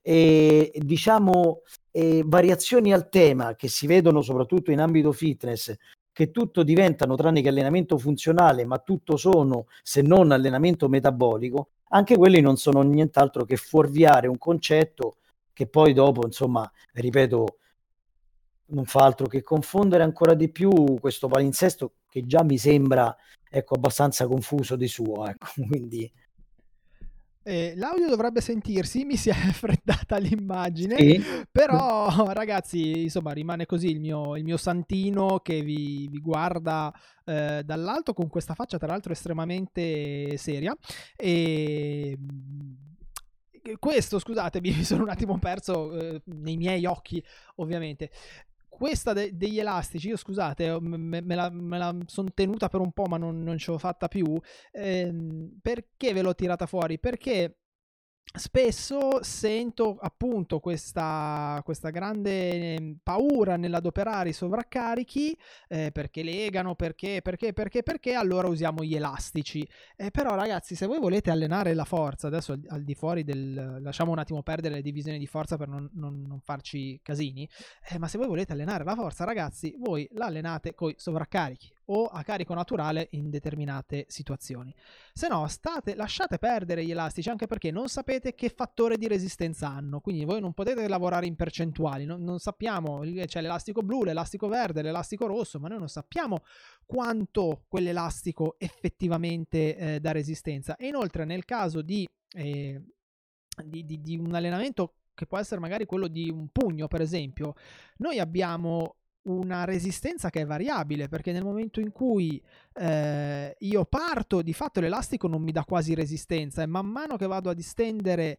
diciamo, variazioni al tema che si vedono soprattutto in ambito fitness, che tutto diventano tranne che allenamento funzionale, ma tutto sono se non allenamento metabolico, anche quelli non sono nient'altro che fuorviare un concetto che poi dopo, insomma, ripeto, non fa altro che confondere ancora di più questo palinsesto, che già mi sembra, ecco, abbastanza confuso di suo, ecco. Quindi L'audio dovrebbe sentirsi, mi si è freddata l'immagine, sì. però ragazzi, insomma, rimane così il mio santino che vi guarda dall'alto con questa faccia tra l'altro estremamente seria. E questo, scusatemi, mi sono un attimo perso nei miei occhi, ovviamente. Questa degli elastici, io scusate, me la sono tenuta per un po', ma non ce l'ho fatta più. Perché ve l'ho tirata fuori? Perché spesso sento appunto questa grande paura nell'adoperare i sovraccarichi, perché legano, perché, allora usiamo gli elastici. Però ragazzi, se voi volete allenare la forza, adesso al di fuori lasciamo un attimo perdere le divisioni di forza per non farci casini, ma se voi volete allenare la forza, ragazzi, voi la allenate coi sovraccarichi o a carico naturale in determinate situazioni. Se no, lasciate perdere gli elastici, anche perché non sapete che fattore di resistenza hanno, quindi voi non potete lavorare in percentuali, non sappiamo, c'è l'elastico blu, l'elastico verde, l'elastico rosso, ma noi non sappiamo quanto quell'elastico effettivamente dà resistenza. E inoltre nel caso di un allenamento che può essere magari quello di un pugno, per esempio, noi abbiamo una resistenza che è variabile, perché nel momento in cui io parto, di fatto l'elastico non mi dà quasi resistenza, e man mano che vado a distendere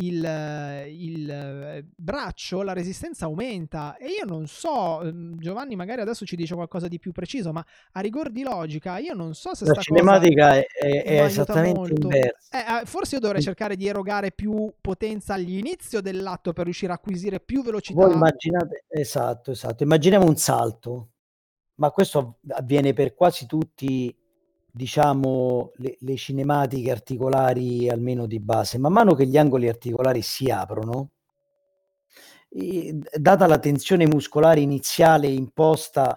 il braccio, la resistenza aumenta. E io non so, Giovanni magari adesso ci dice qualcosa di più preciso, ma a rigor di logica io non so se La sta cosa cinematica è mi aiuta esattamente molto. inversa. Forse io dovrei cercare di erogare più potenza all'inizio dell'atto per riuscire a acquisire più Voi velocità. immaginate, esatto, immaginiamo un salto, ma questo avviene per quasi tutti, diciamo, le cinematiche articolari, almeno di base. Man mano che gli angoli articolari si aprono, data la tensione muscolare iniziale imposta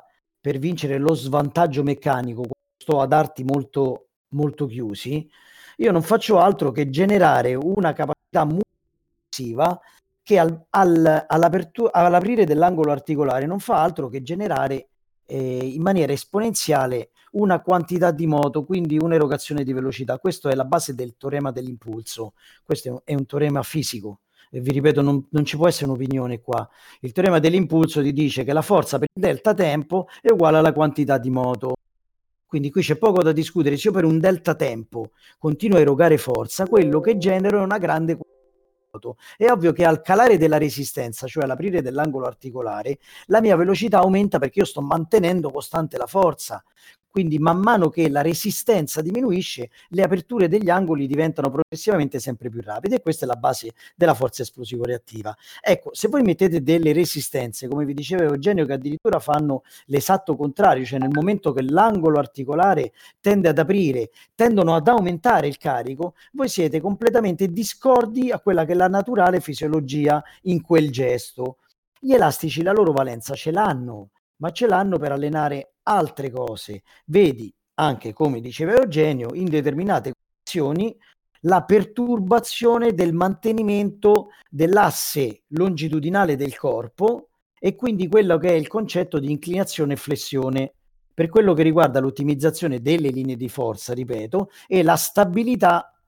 per vincere lo svantaggio meccanico, sto ad arti molto, molto chiusi, io non faccio altro che generare una capacità massiva che all'aprire dell'angolo articolare non fa altro che generare in maniera esponenziale una quantità di moto, quindi un'erogazione di velocità. Questo è la base del teorema dell'impulso. Questo è un teorema fisico. E vi ripeto, non ci può essere un'opinione qua. Il teorema dell'impulso ti dice che la forza per il delta tempo è uguale alla quantità di moto. Quindi qui c'è poco da discutere. Se io per un delta tempo continuo a erogare forza, quello che genero è una grande moto. È ovvio che al calare della resistenza, cioè all'aprire dell'angolo articolare, la mia velocità aumenta perché io sto mantenendo costante la forza. Quindi man mano che la resistenza diminuisce, le aperture degli angoli diventano progressivamente sempre più rapide, e questa è la base della forza esplosivo-reattiva. Ecco, se voi mettete delle resistenze, come vi diceva Eugenio, che addirittura fanno l'esatto contrario, cioè nel momento che l'angolo articolare tende ad aprire, tendono ad aumentare il carico, voi siete completamente discordi a quella che è la naturale fisiologia in quel gesto. Gli elastici la loro valenza ce l'hanno, ma ce l'hanno per allenare altre cose. Vedi, anche come diceva Eugenio, in determinate condizioni la perturbazione del mantenimento dell'asse longitudinale del corpo, e quindi quello che è il concetto di inclinazione e flessione per quello che riguarda l'ottimizzazione delle linee di forza, ripeto, e la stabilità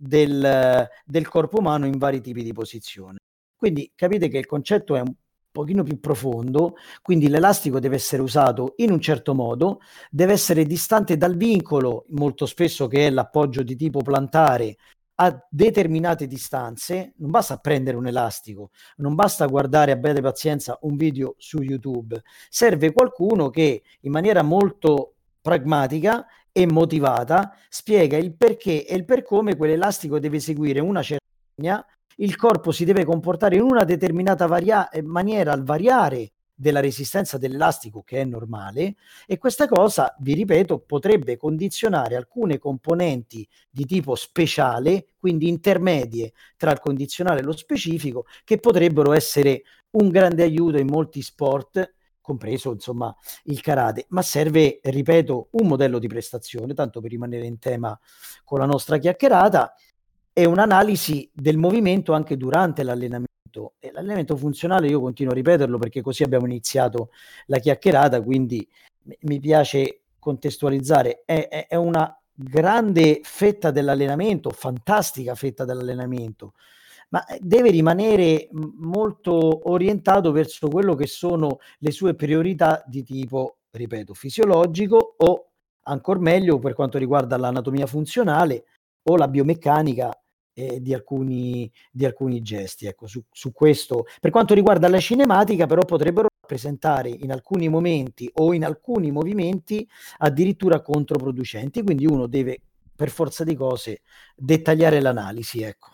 del corpo umano in vari tipi di posizione. Quindi capite che il concetto è un pochino più profondo, quindi l'elastico deve essere usato in un certo modo, deve essere distante dal vincolo, molto spesso che è l'appoggio di tipo plantare, a determinate distanze. Non basta prendere un elastico, non basta guardare, abbiate pazienza, un video su YouTube, serve qualcuno che in maniera molto pragmatica e motivata spiega il perché e il per come quell'elastico deve seguire una certa linea, il corpo si deve comportare in una determinata maniera al variare della resistenza dell'elastico, che è normale, e questa cosa, vi ripeto, potrebbe condizionare alcune componenti di tipo speciale, quindi intermedie tra il condizionale e lo specifico, che potrebbero essere un grande aiuto in molti sport, compreso insomma il karate, ma serve, ripeto, un modello di prestazione, tanto per rimanere in tema con la nostra chiacchierata, e un'analisi del movimento anche durante l'allenamento. E l'allenamento funzionale, io continuo a ripeterlo perché così abbiamo iniziato la chiacchierata, quindi mi piace contestualizzare, è una grande fetta dell'allenamento, fantastica fetta dell'allenamento, ma deve rimanere molto orientato verso quello che sono le sue priorità di tipo, ripeto, fisiologico, o ancor meglio per quanto riguarda l'anatomia funzionale o la biomeccanica di alcuni gesti. Ecco, su questo, per quanto riguarda la cinematica, però potrebbero rappresentare in alcuni momenti o in alcuni movimenti addirittura controproducenti, quindi uno deve per forza di cose dettagliare l'analisi, ecco.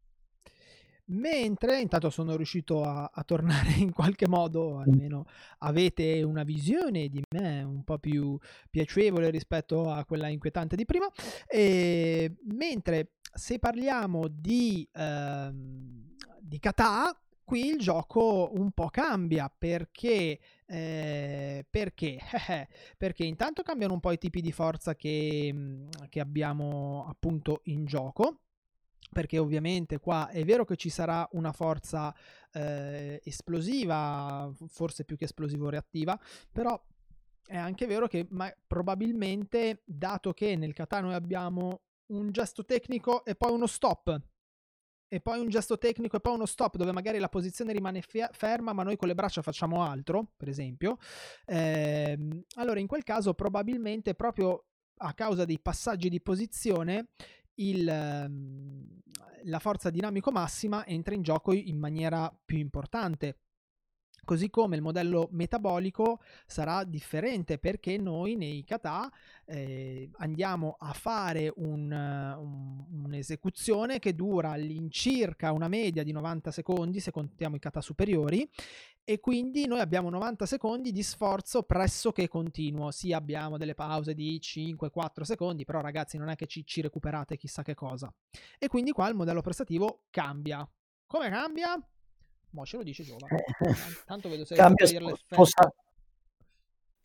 Mentre intanto sono riuscito a tornare in qualche modo, almeno avete una visione di me un po' più piacevole rispetto a quella inquietante di prima. E mentre se parliamo di kata, qui il gioco un po' cambia perché perché intanto cambiano un po' i tipi di forza che abbiamo appunto in gioco, perché ovviamente qua è vero che ci sarà una forza esplosiva, forse più che esplosivo-reattiva, però è anche vero che probabilmente, dato che nel kata noi abbiamo un gesto tecnico e poi uno stop, e poi un gesto tecnico e poi uno stop, dove magari la posizione rimane ferma ma noi con le braccia facciamo altro, per esempio, allora in quel caso probabilmente proprio a causa dei passaggi di posizione la forza dinamico massima entra in gioco in maniera più importante. Così come il modello metabolico sarà differente, perché noi nei kata andiamo a fare un'esecuzione che dura all'incirca una media di 90 secondi se contiamo i kata superiori, e quindi noi abbiamo 90 secondi di sforzo pressoché continuo. Sì, abbiamo delle pause di 5-4 secondi, però ragazzi non è che ci recuperate chissà che cosa. E quindi qua il modello prestativo cambia. Come cambia? Mo ce lo dice Giova. Tanto vedo se riesco a togliere l'effetto.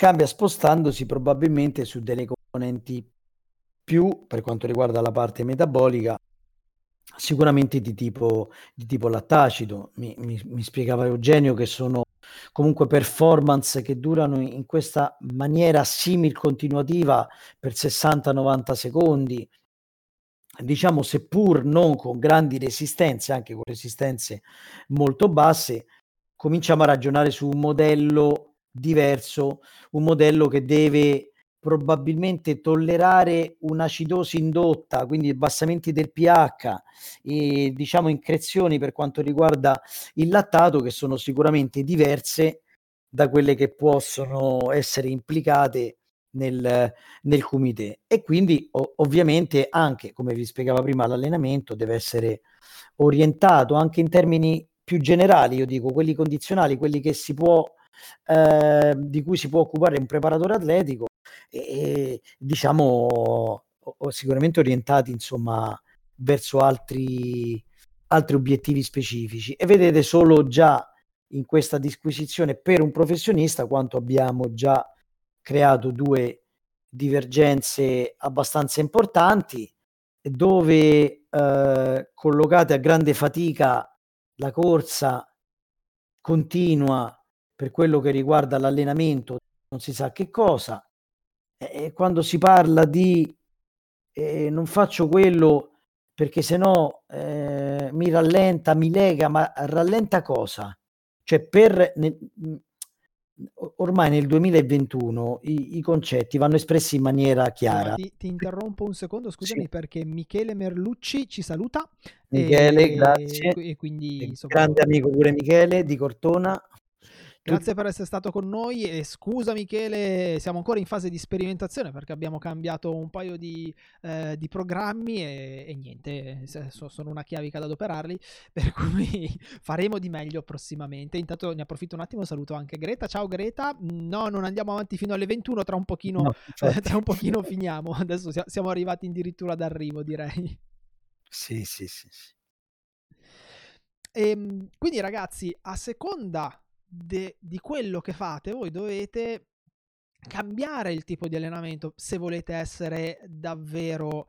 cambia spostandosi probabilmente su delle componenti più, per quanto riguarda la parte metabolica, sicuramente di tipo lattacido. Mi spiegava Eugenio che sono comunque performance che durano in questa maniera simil continuativa per 60-90 secondi, diciamo, seppur non con grandi resistenze, anche con resistenze molto basse. Cominciamo a ragionare su un modello diverso, un modello che deve probabilmente tollerare un'acidosi indotta, quindi abbassamenti del pH e diciamo increzioni per quanto riguarda il lattato, che sono sicuramente diverse da quelle che possono essere implicate nel kumite. E quindi ovviamente anche, come vi spiegava prima, l'allenamento deve essere orientato anche in termini più generali, io dico quelli condizionali, quelli che si può di cui si può occupare un preparatore atletico, e diciamo sicuramente orientati, insomma, verso altri obiettivi specifici. E vedete solo già in questa disquisizione per un professionista quanto abbiamo già creato due divergenze abbastanza importanti, dove collocate a grande fatica la corsa continua per quello che riguarda l'allenamento, non si sa che cosa, e quando si parla di non faccio quello perché sennò mi rallenta, mi lega, ma rallenta cosa? Cioè ormai nel 2021 i concetti vanno espressi in maniera chiara. Ti interrompo un secondo, Sì. scusami, perché Michele Merlucci ci saluta Michele, grazie. e quindi insomma, Grande amico pure Michele di Cortona. grazie per essere stato con noi e scusa Michele, siamo ancora in fase di sperimentazione perché abbiamo cambiato un paio di programmi e niente, sono una chiavica da adoperarli, per cui faremo di meglio prossimamente. Intanto ne approfitto un attimo, saluto anche Greta. Ciao Greta, no, non andiamo avanti fino alle 21, tra un pochino, No, tra un pochino finiamo, adesso siamo arrivati addirittura d'arrivo, direi. sì, sì, sì, sì. Quindi ragazzi, a seconda di quello che fate, voi dovete cambiare il tipo di allenamento se volete essere davvero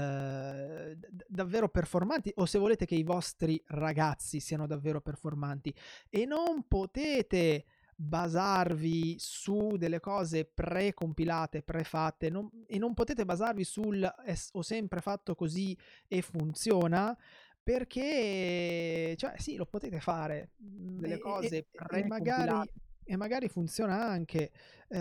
davvero performanti, o se volete che i vostri ragazzi siano davvero performanti, e non potete basarvi su delle cose precompilate, prefatte, e non potete basarvi sul ho sempre fatto così e funziona, perché cioè sì, lo potete fare delle cose precompilate e magari funziona anche,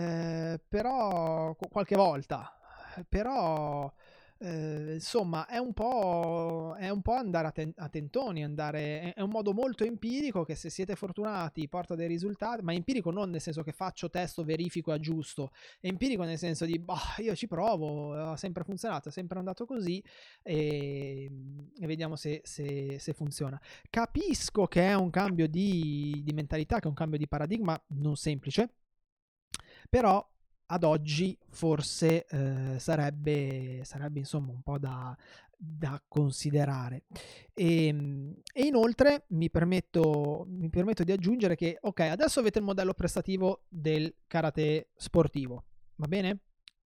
però qualche volta, però insomma è un po' andare a tentoni, è un modo molto empirico che, se siete fortunati, porta dei risultati, ma empirico non nel senso che faccio, testo, verifico e aggiusto, è empirico nel senso di io ci provo, ha sempre funzionato, è sempre andato così, e vediamo se funziona. Capisco che è un cambio di mentalità, che è un cambio di paradigma non semplice, però ad oggi forse sarebbe insomma un po' da considerare. E inoltre mi permetto di aggiungere che, ok, adesso avete il modello prestativo del karate sportivo, va bene?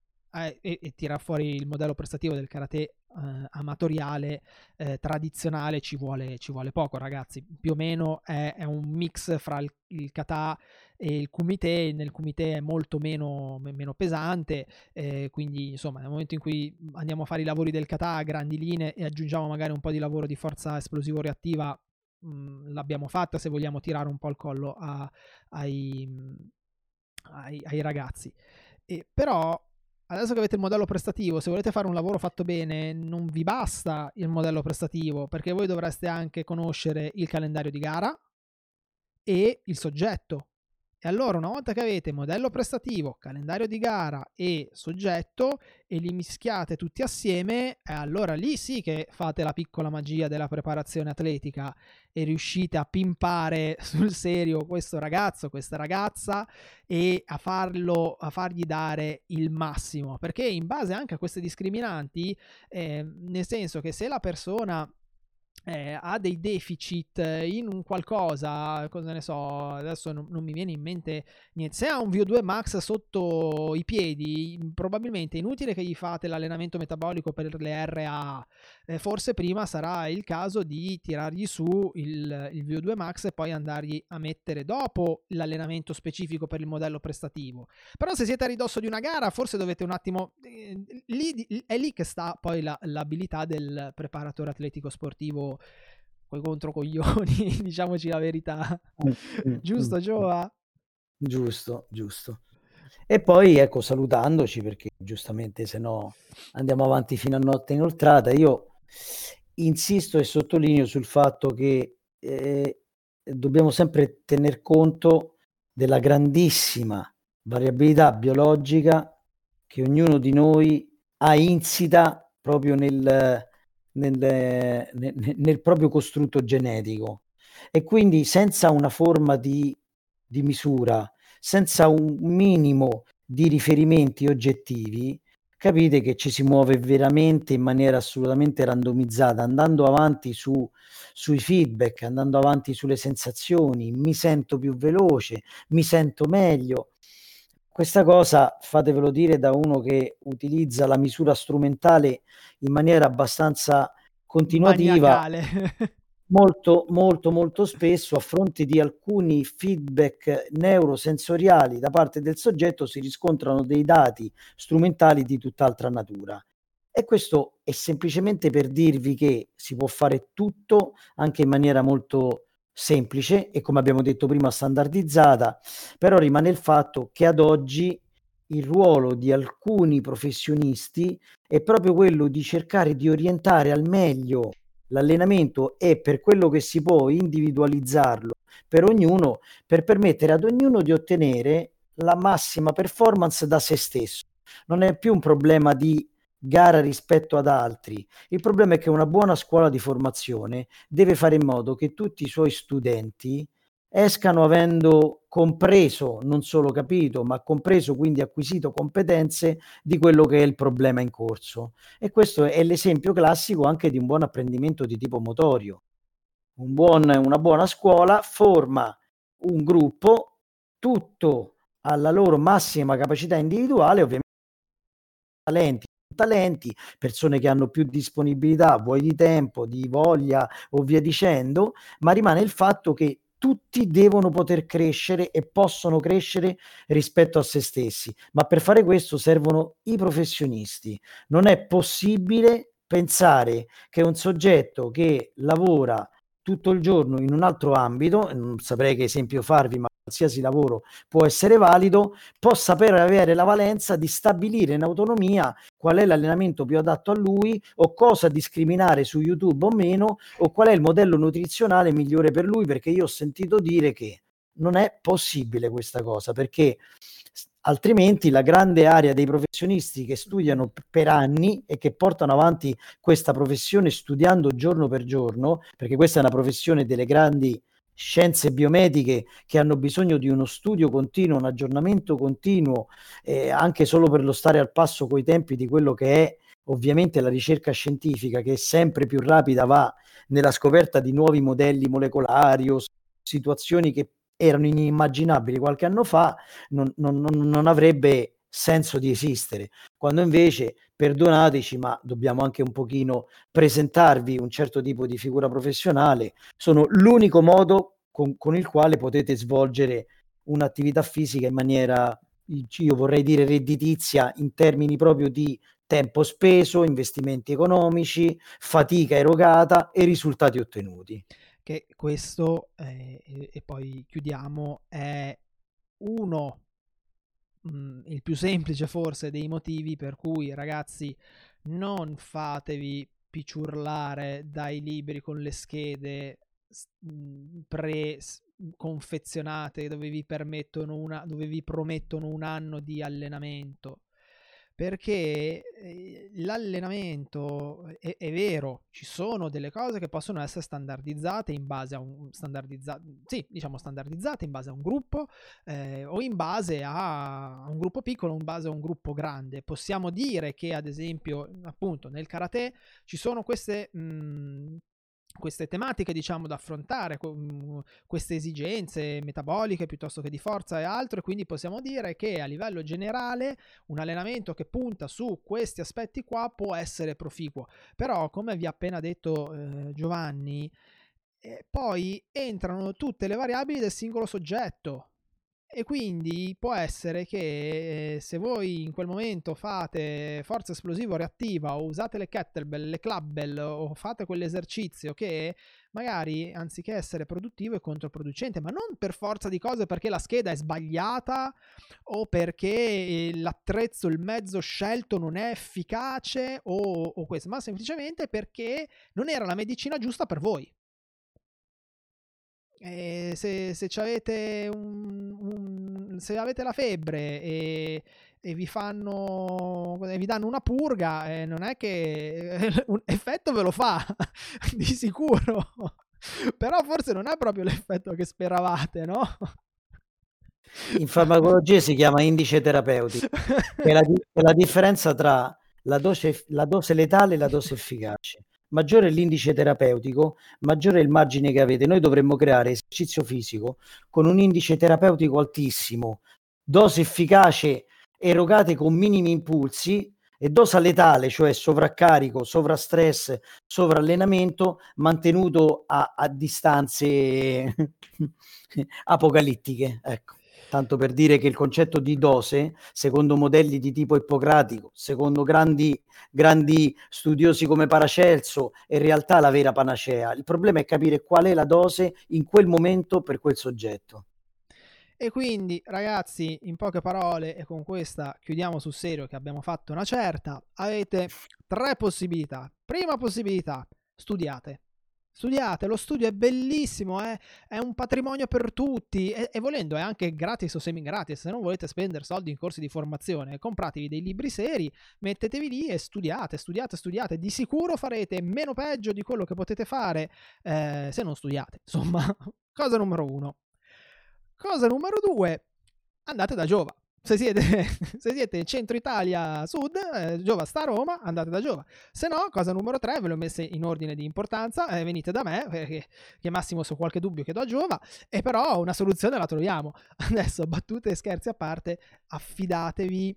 E tirar fuori il modello prestativo del karate amatoriale tradizionale ci vuole poco, ragazzi. Più o meno è un mix fra il kata e il kumite. Nel kumite è molto meno pesante, quindi insomma nel momento in cui andiamo a fare i lavori del kata a grandi linee e aggiungiamo magari un po' di lavoro di forza esplosivo reattiva, l'abbiamo fatta se vogliamo tirare un po' il collo ai ragazzi. Però adesso che avete il modello prestativo, se volete fare un lavoro fatto bene, non vi basta il modello prestativo, perché voi dovreste anche conoscere il calendario di gara e il soggetto. E allora, una volta che avete modello prestativo, calendario di gara e soggetto, e li mischiate tutti assieme, allora lì sì che fate la piccola magia della preparazione atletica e riuscite a pimpare sul serio questo ragazzo, questa ragazza, e a fargli dare il massimo, perché in base anche a queste discriminanti, nel senso che se la persona ha dei deficit in un qualcosa, cosa ne so, adesso non mi viene in mente niente. Se ha un VO2 max sotto i piedi, probabilmente è inutile che gli fate l'allenamento metabolico per le RA. Forse prima sarà il caso di tirargli su il VO2 max e poi andargli a mettere dopo l'allenamento specifico per il modello prestativo. Però se siete a ridosso di una gara, forse dovete un attimo è lì che sta poi l'abilità del preparatore atletico sportivo coi controcoglioni, diciamoci la verità. Giusto, Giova? Giusto, giusto. E poi, ecco, salutandoci, perché giustamente se no andiamo avanti fino a notte inoltrata, io insisto e sottolineo sul fatto che dobbiamo sempre tener conto della grandissima variabilità biologica che ognuno di noi ha insita proprio nel proprio costrutto genetico, e quindi senza una forma di misura, senza un minimo di riferimenti oggettivi, capite che ci si muove veramente in maniera assolutamente randomizzata, andando avanti sui feedback, andando avanti sulle sensazioni. Mi sento più veloce, mi sento meglio. Questa cosa fatevelo dire da uno che utilizza la misura strumentale in maniera abbastanza continuativa, Maniacale. molto molto molto spesso. A fronte di alcuni feedback neurosensoriali da parte del soggetto si riscontrano dei dati strumentali di tutt'altra natura, e questo è semplicemente per dirvi che si può fare tutto anche in maniera molto semplice e, come abbiamo detto prima, standardizzata. Però rimane il fatto che ad oggi il ruolo di alcuni professionisti è proprio quello di cercare di orientare al meglio l'allenamento, e per quello che si può individualizzarlo per ognuno, per permettere ad ognuno di ottenere la massima performance da se stesso. Non è più un problema di gara rispetto ad altri. Il problema è che una buona scuola di formazione deve fare in modo che tutti i suoi studenti escano avendo compreso, non solo capito, ma compreso, quindi acquisito competenze di quello che è il problema in corso. E questo è l'esempio classico anche di un buon apprendimento di tipo motorio. Una buona scuola forma un gruppo, tutto alla loro massima capacità individuale, ovviamente talenti, persone che hanno più disponibilità, vuoi di tempo, di voglia o via dicendo, ma rimane il fatto che tutti devono poter crescere e possono crescere rispetto a se stessi, ma per fare questo servono i professionisti. Non è possibile pensare che un soggetto che lavora tutto il giorno in un altro ambito, non saprei che esempio farvi, ma qualsiasi lavoro può essere valido, possa per avere la valenza di stabilire in autonomia qual è l'allenamento più adatto a lui, o cosa discriminare su YouTube o meno, o qual è il modello nutrizionale migliore per lui, perché io ho sentito dire che non è possibile questa cosa, perché altrimenti la grande area dei professionisti che studiano per anni e che portano avanti questa professione studiando giorno per giorno, perché questa è una professione delle grandi scienze biomediche che hanno bisogno di uno studio continuo, un aggiornamento continuo, anche solo per lo stare al passo coi tempi di quello che è ovviamente la ricerca scientifica, che è sempre più rapida, va nella scoperta di nuovi modelli molecolari o situazioni che erano inimmaginabili qualche anno fa, non avrebbe senso di esistere. Quando invece, perdonateci, ma dobbiamo anche un pochino presentarvi un certo tipo di figura professionale, sono l'unico modo con il quale potete svolgere un'attività fisica in maniera, io vorrei dire, redditizia, in termini proprio di tempo speso, investimenti economici, fatica erogata e risultati ottenuti. Che questo, e poi chiudiamo, è uno, il più semplice forse dei motivi per cui, ragazzi, non fatevi picciurlare dai libri con le schede confezionate dove vi dove vi promettono un anno di allenamento, perché l'allenamento è vero, ci sono delle cose che possono essere standardizzate in base a standardizzate in base a un gruppo, o in base a un gruppo piccolo, in base a un gruppo grande. Possiamo dire che, ad esempio, appunto nel karate ci sono queste queste tematiche, diciamo, da affrontare, queste esigenze metaboliche piuttosto che di forza e altro, e quindi possiamo dire che a livello generale un allenamento che punta su questi aspetti qua può essere proficuo. Però, come vi ha appena detto Giovanni, poi entrano tutte le variabili del singolo soggetto. E quindi può essere che se voi in quel momento fate forza esplosivo reattiva o usate le kettlebell, le clubbell o fate quell'esercizio che magari anziché essere produttivo è controproducente, ma non per forza di cose perché la scheda è sbagliata o perché l'attrezzo, il mezzo scelto non è efficace o questo, ma semplicemente perché non era la medicina giusta per voi. Se avete se avete la febbre e vi danno una purga, non è che un effetto ve lo fa di sicuro, però forse non è proprio l'effetto che speravate, no? In farmacologia si chiama indice terapeutico, è la differenza tra la dose letale e la dose efficace. Maggiore è l'indice terapeutico, maggiore è il margine che avete. Noi dovremmo creare esercizio fisico con un indice terapeutico altissimo, dose efficace erogate con minimi impulsi e dosa letale, cioè sovraccarico, sovrastress, sovrallenamento mantenuto a distanze apocalittiche, ecco. Tanto per dire che il concetto di dose, secondo modelli di tipo ippocratico, secondo grandi studiosi come Paracelso, è in realtà la vera panacea. Il problema è capire qual è la dose in quel momento per quel soggetto. E quindi, ragazzi, in poche parole, e con questa chiudiamo sul serio che abbiamo fatto una certa, avete 3 possibilità. Prima possibilità, studiate. Studiate, lo studio è bellissimo, è un patrimonio per tutti e volendo è anche gratis o semi gratis. Se non volete spendere soldi in corsi di formazione, compratevi dei libri seri, mettetevi lì e studiate. Di sicuro farete meno peggio di quello che potete fare se non studiate. Insomma, cosa numero 1. Cosa numero 2, andate da Giova. Se siete in centro Italia sud, Giova sta a Roma, andate da Giova. Se no, cosa numero 3, ve l'ho messa in ordine di importanza, venite da me, perché massimo se ho qualche dubbio chiedo a Giova, e però una soluzione la troviamo. Adesso, battute e scherzi a parte, affidatevi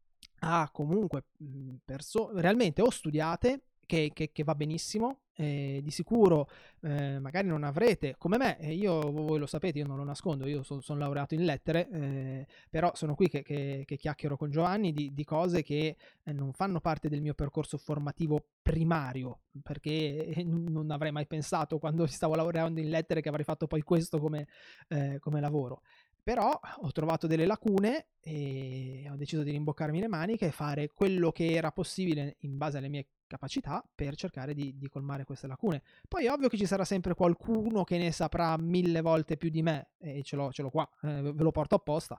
a comunque realmente o studiate, che va benissimo, di sicuro magari non avrete, come me, voi lo sapete, io non lo nascondo, io sono laureato in lettere, però sono qui che chiacchiero con Giovanni di cose che non fanno parte del mio percorso formativo primario, perché non avrei mai pensato quando stavo laureando in lettere che avrei fatto poi questo come lavoro. Però ho trovato delle lacune e ho deciso di rimboccarmi le maniche e fare quello che era possibile in base alle mie capacità per cercare di colmare queste lacune. Poi è ovvio che ci sarà sempre qualcuno che ne saprà 1000 volte più di me e ce l'ho qua, ve lo porto apposta.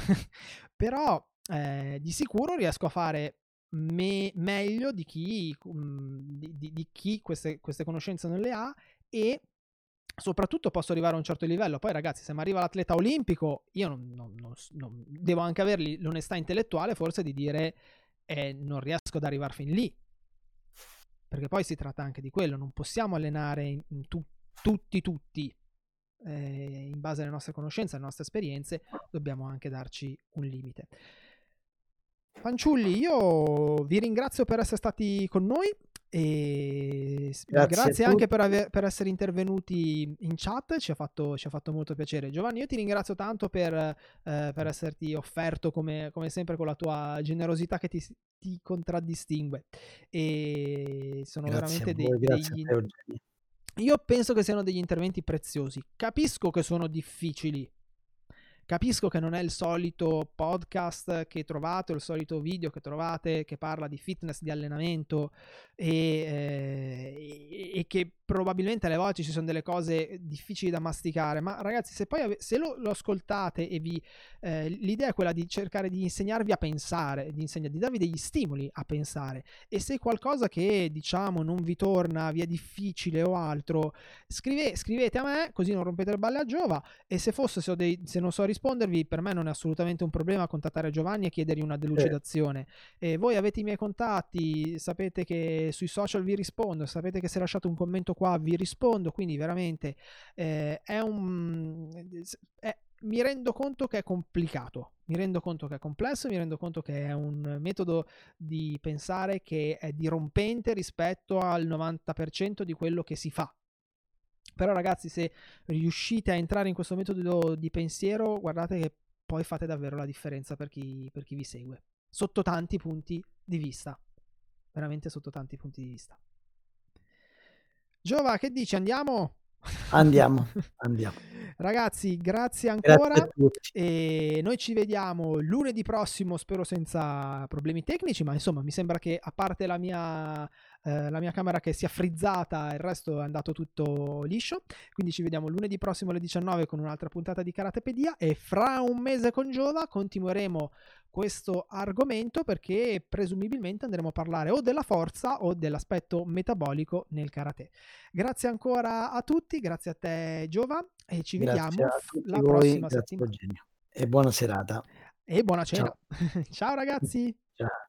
Però di sicuro riesco a fare meglio di chi queste conoscenze non le ha, e soprattutto posso arrivare a un certo livello. Poi ragazzi, se mi arriva l'atleta olimpico, io non devo anche avere l'onestà intellettuale forse di dire non riesco ad arrivare fin lì, perché poi si tratta anche di quello, non possiamo allenare tutti in base alle nostre conoscenze, alle nostre esperienze, dobbiamo anche darci un limite. Fanciulli, io vi ringrazio per essere stati con noi e grazie anche per essere intervenuti in chat, ci ha fatto molto piacere. Giovanni, io ti ringrazio tanto per esserti offerto come sempre con la tua generosità che ti contraddistingue, e sono Grazie veramente io penso che siano degli interventi preziosi. Capisco che sono difficili, capisco che non è il solito podcast che trovate o il solito video che trovate che parla di fitness, di allenamento e che probabilmente alle volte ci sono delle cose difficili da masticare, ma ragazzi, se lo ascoltate e l'idea è quella di cercare di insegnarvi a pensare, di darvi degli stimoli a pensare, e se qualcosa che diciamo non vi torna, vi è difficile o altro, scrivete a me, così non rompete le balle a Giova, e se non so rispondervi, per me non è assolutamente un problema contattare Giovanni e chiedergli una delucidazione. Voi avete i miei contatti, sapete che sui social vi rispondo, sapete che se lasciate un commento qua, vi rispondo, quindi veramente mi rendo conto che è complicato, mi rendo conto che è complesso, mi rendo conto che è un metodo di pensare che è dirompente rispetto al 90% di quello che si fa. Però ragazzi, se riuscite a entrare in questo metodo di pensiero, guardate che poi fate davvero la differenza per chi vi segue, sotto tanti punti di vista, veramente sotto tanti punti di vista. Giova, che dici? Andiamo? Andiamo. Ragazzi, grazie ancora. Grazie a tutti. E noi ci vediamo lunedì prossimo, spero senza problemi tecnici, ma insomma mi sembra che, a parte la mia camera che sia frizzata, il resto è andato tutto liscio. Quindi ci vediamo lunedì prossimo alle 19 con un'altra puntata di Karatepedia, e fra un mese con Giova continueremo questo argomento, perché presumibilmente andremo a parlare o della forza o dell'aspetto metabolico nel karate. Grazie ancora a tutti, grazie a te Giova, e ci vediamo la prossima settimana. Eugenio, e buona serata. E buona cena. Ciao. Ciao ragazzi. Ciao.